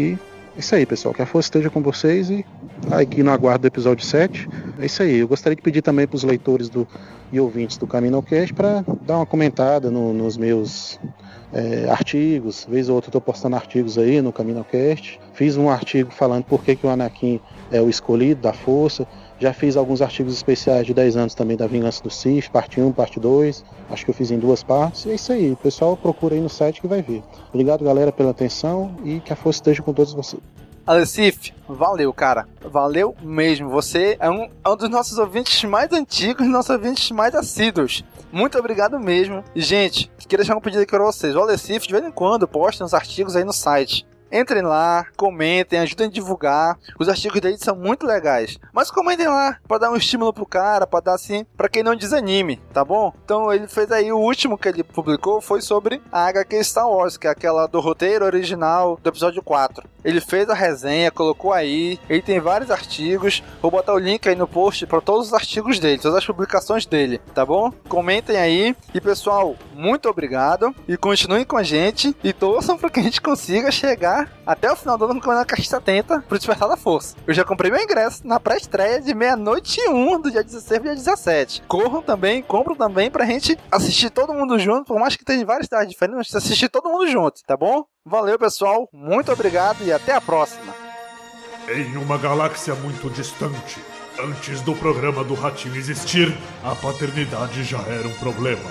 É isso aí, pessoal. Que a força esteja com vocês e aqui no aguardo do episódio sete. É isso aí. Eu gostaria de pedir também para os leitores do, e ouvintes do CaminoCast para dar uma comentada no, nos meus é, artigos. Vez ou outra eu estou postando artigos aí no CaminoCast. Fiz um artigo falando por que, que o Anakin é o escolhido da força. Já fiz alguns artigos especiais de dez anos também da Vingança do Sith, parte um, parte dois. Acho que eu fiz em duas partes. E é isso aí. O pessoal procura aí no site que vai ver. Obrigado, galera, pela atenção e que a força esteja com todos vocês. Alecif, valeu, cara. Valeu mesmo. Você é um, é um dos nossos ouvintes mais antigos, nossos ouvintes mais assíduos. Muito obrigado mesmo. E, gente, queria deixar um pedido aqui pra vocês. O Alecif, de vez em quando, posta uns artigos aí no site. Entrem lá, comentem, ajudem a divulgar. Os artigos dele são muito legais. Mas comentem lá, pra dar um estímulo pro cara, pra dar assim, pra quem não desanime, tá bom? Então ele fez aí, o último que ele publicou foi sobre a H Q Star Wars, que é aquela do roteiro original do episódio quatro. Ele fez a resenha, colocou aí, ele tem vários artigos. Vou botar o link aí no post pra todos os artigos dele, todas as publicações dele, tá bom? Comentem aí. E pessoal, muito obrigado. E continuem com a gente e torçam pra que a gente consiga chegar até o final do ano com a Caixa setenta pro Despertar da Força. Eu já comprei meu ingresso na pré-estreia de meia-noite e um do dia dezesseis pro dia dezessete. Corram também, compram também pra gente assistir todo mundo junto, por mais que tenha várias cidades diferentes, assistir todo mundo junto, tá bom? Valeu, pessoal, muito obrigado e até a próxima. Em uma galáxia muito distante, antes do programa do Ratinho existir, a paternidade já era um problema.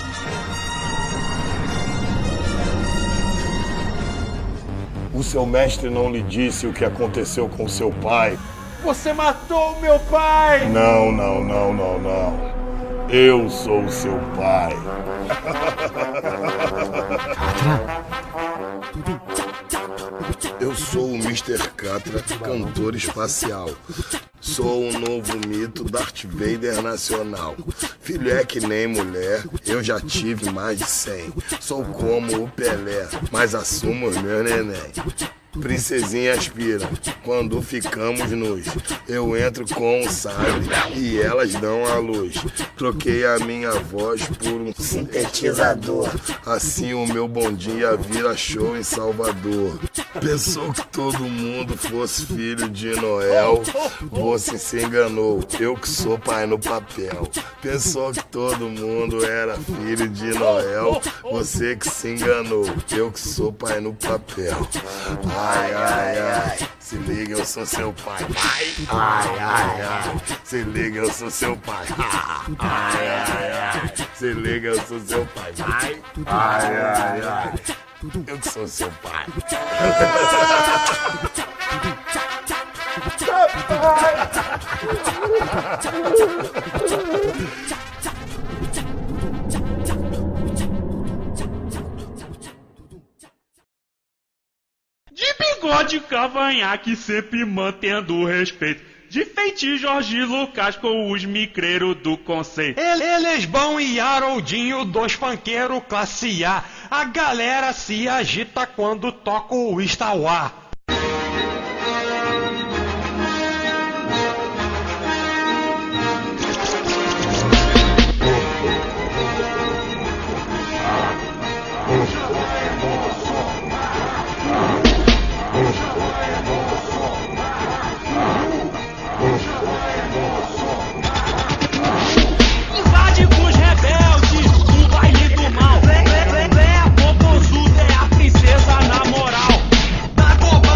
O seu mestre não lhe disse o que aconteceu com seu pai. Você matou meu pai! Não, não, não, não, não. Eu sou o seu pai. Eu sou o mister Catra, cantor espacial. Sou um novo mito Darth Vader nacional. Filho é que nem mulher, eu já tive mais de cem. Sou como o Pelé, mas assumo o meu neném. Princesinha aspira, quando ficamos nus, eu entro com um sabre e elas dão a luz. Troquei a minha voz por um sintetizador, assim o meu bom dia vira show em Salvador. Pensou que todo mundo fosse filho de Noel, você se enganou, eu que sou pai no papel. Pensou que todo mundo era filho de Noel, você que se enganou, eu que sou pai no papel. Ai, ai, ai, se liga, eu sou seu pai. Ai, ai, ai, ai, se liga, eu sou seu pai. Ai, ai, ai, se liga, eu sou seu pai. Ai, ai, ai, ai, eu que sou seu pai. De bigode cavanhaque, sempre mantendo o respeito. De feiti Jorge Lucas com os micreiros do conceito. Eles bom e Haroldinho, dois funkeiros classe A. A galera se agita quando toca o Star Wars. Princesa na moral, tá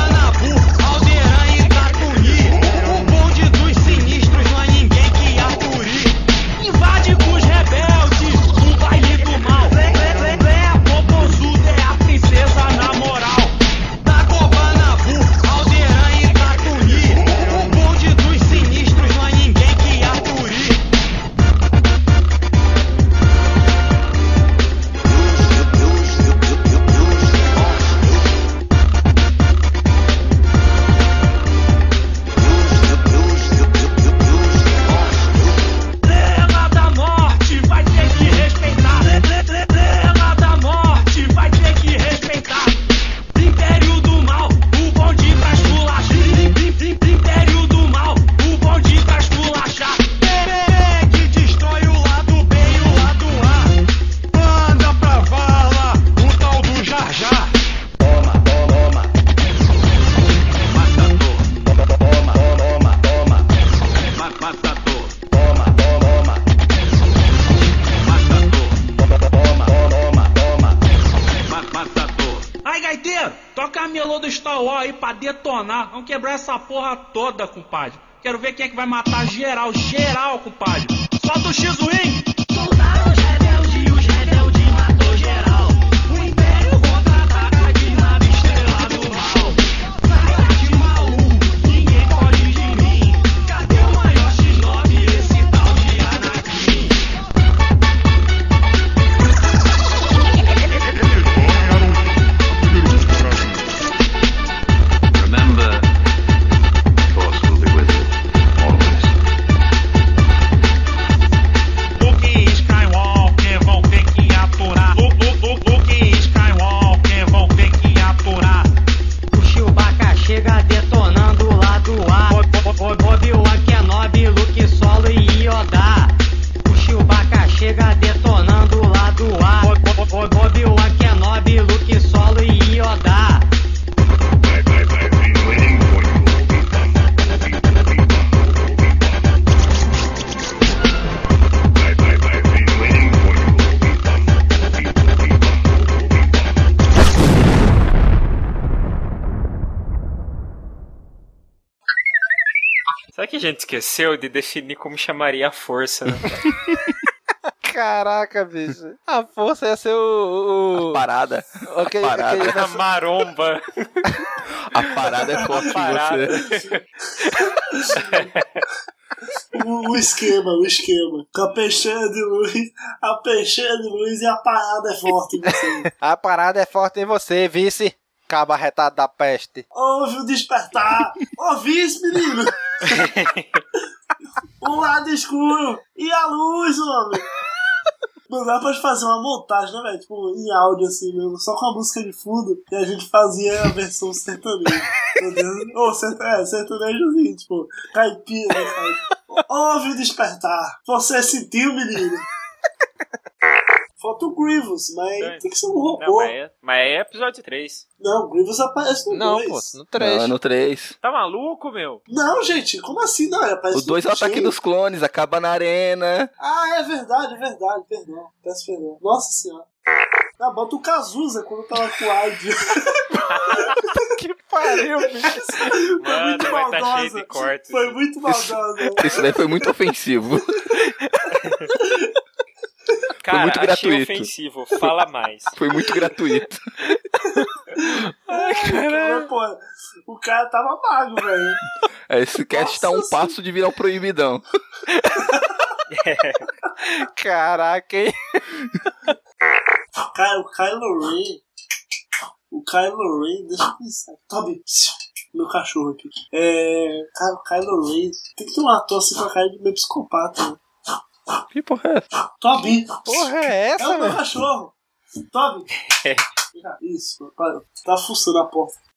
Star Wars aí pra detonar. Vamos quebrar essa porra toda, compadre. Quero ver quem é que vai matar geral, geral, compadre. Solta o X-Wing! Soltaram os rebeldes e os rebeldes matou geral. O Império contra-ataca de nave estrela do mal. Saga de Maú, ninguém foge de mim. Cadê o maior X nove, esse tal de Anakin? Remember, the Force will be with you, always. Luke Skywalker vão ter que aturar. Lu- Lu- Lu- Luke Skywalker vão ter que aturar. O Chewbacca chega detonando lá do ar. Obi-Wan Kenobi, Luke Solo e Yoda. O Chewbacca chega detonando lá do ar. Obi-Wan Kenobi, Luke Solo e Yoda. Sabe que a gente esqueceu de definir como chamaria a força, né? Caraca, bicho. A força ia ser o... o... A parada. Okay, a parada. okay, A maromba. A parada é forte parada. em você. O, o esquema, o esquema. Com a peixeira de luz, a peixeira de luz e a parada é forte em você. A parada é forte em você, vice. Cabo arretado da peste. Ouve o despertar. Ouvi isso, menino. O lado escuro e a luz, homem. Não dá pra fazer uma montagem, né, velho? Tipo, em áudio, assim, mesmo. Só com a música de fundo. E a gente fazia a versão sertaneja. Ou serta, é, sertanejozinho, tipo, caipira, cara. Ouve o despertar. Você sentiu, menino? Falta o Grievous, mas é. Tem que ser um robô. Não, mas, é, mas é episódio três. Não, o Grievous aparece no Não, dois. pô, no três. Não, no três. Tá maluco, meu? Não, gente, como assim? Não, ele aparece O dois é o ataque dos clones, acaba na arena. Ah, é verdade, é verdade, perdão. Peço perdão. Nossa senhora. Ah, bota o Cazuza quando tava com o Aide. Que pariu, bicho. Foi Mano, muito vai maldosa. tá cheio de cortes. Foi muito maldosa. Isso daí foi muito ofensivo. Cara, foi muito achei gratuito. ofensivo. Fala mais. Foi muito gratuito. Ai, caramba. Pô, o cara tava mago, velho. Esse cast tá um Nossa, passo de virar o proibidão. Caraca, hein? Cara, o Kylo Ren. O Kylo Ren, deixa eu pensar. Toby, meu cachorro aqui. É. Cara, o Kylo Ren. Tem que ter um ator assim com a cara de meio psicopata, né? Que porra é essa? Toby! Porra é essa, É o meu velho? cachorro! Toby! Isso, tá fuçando a porta.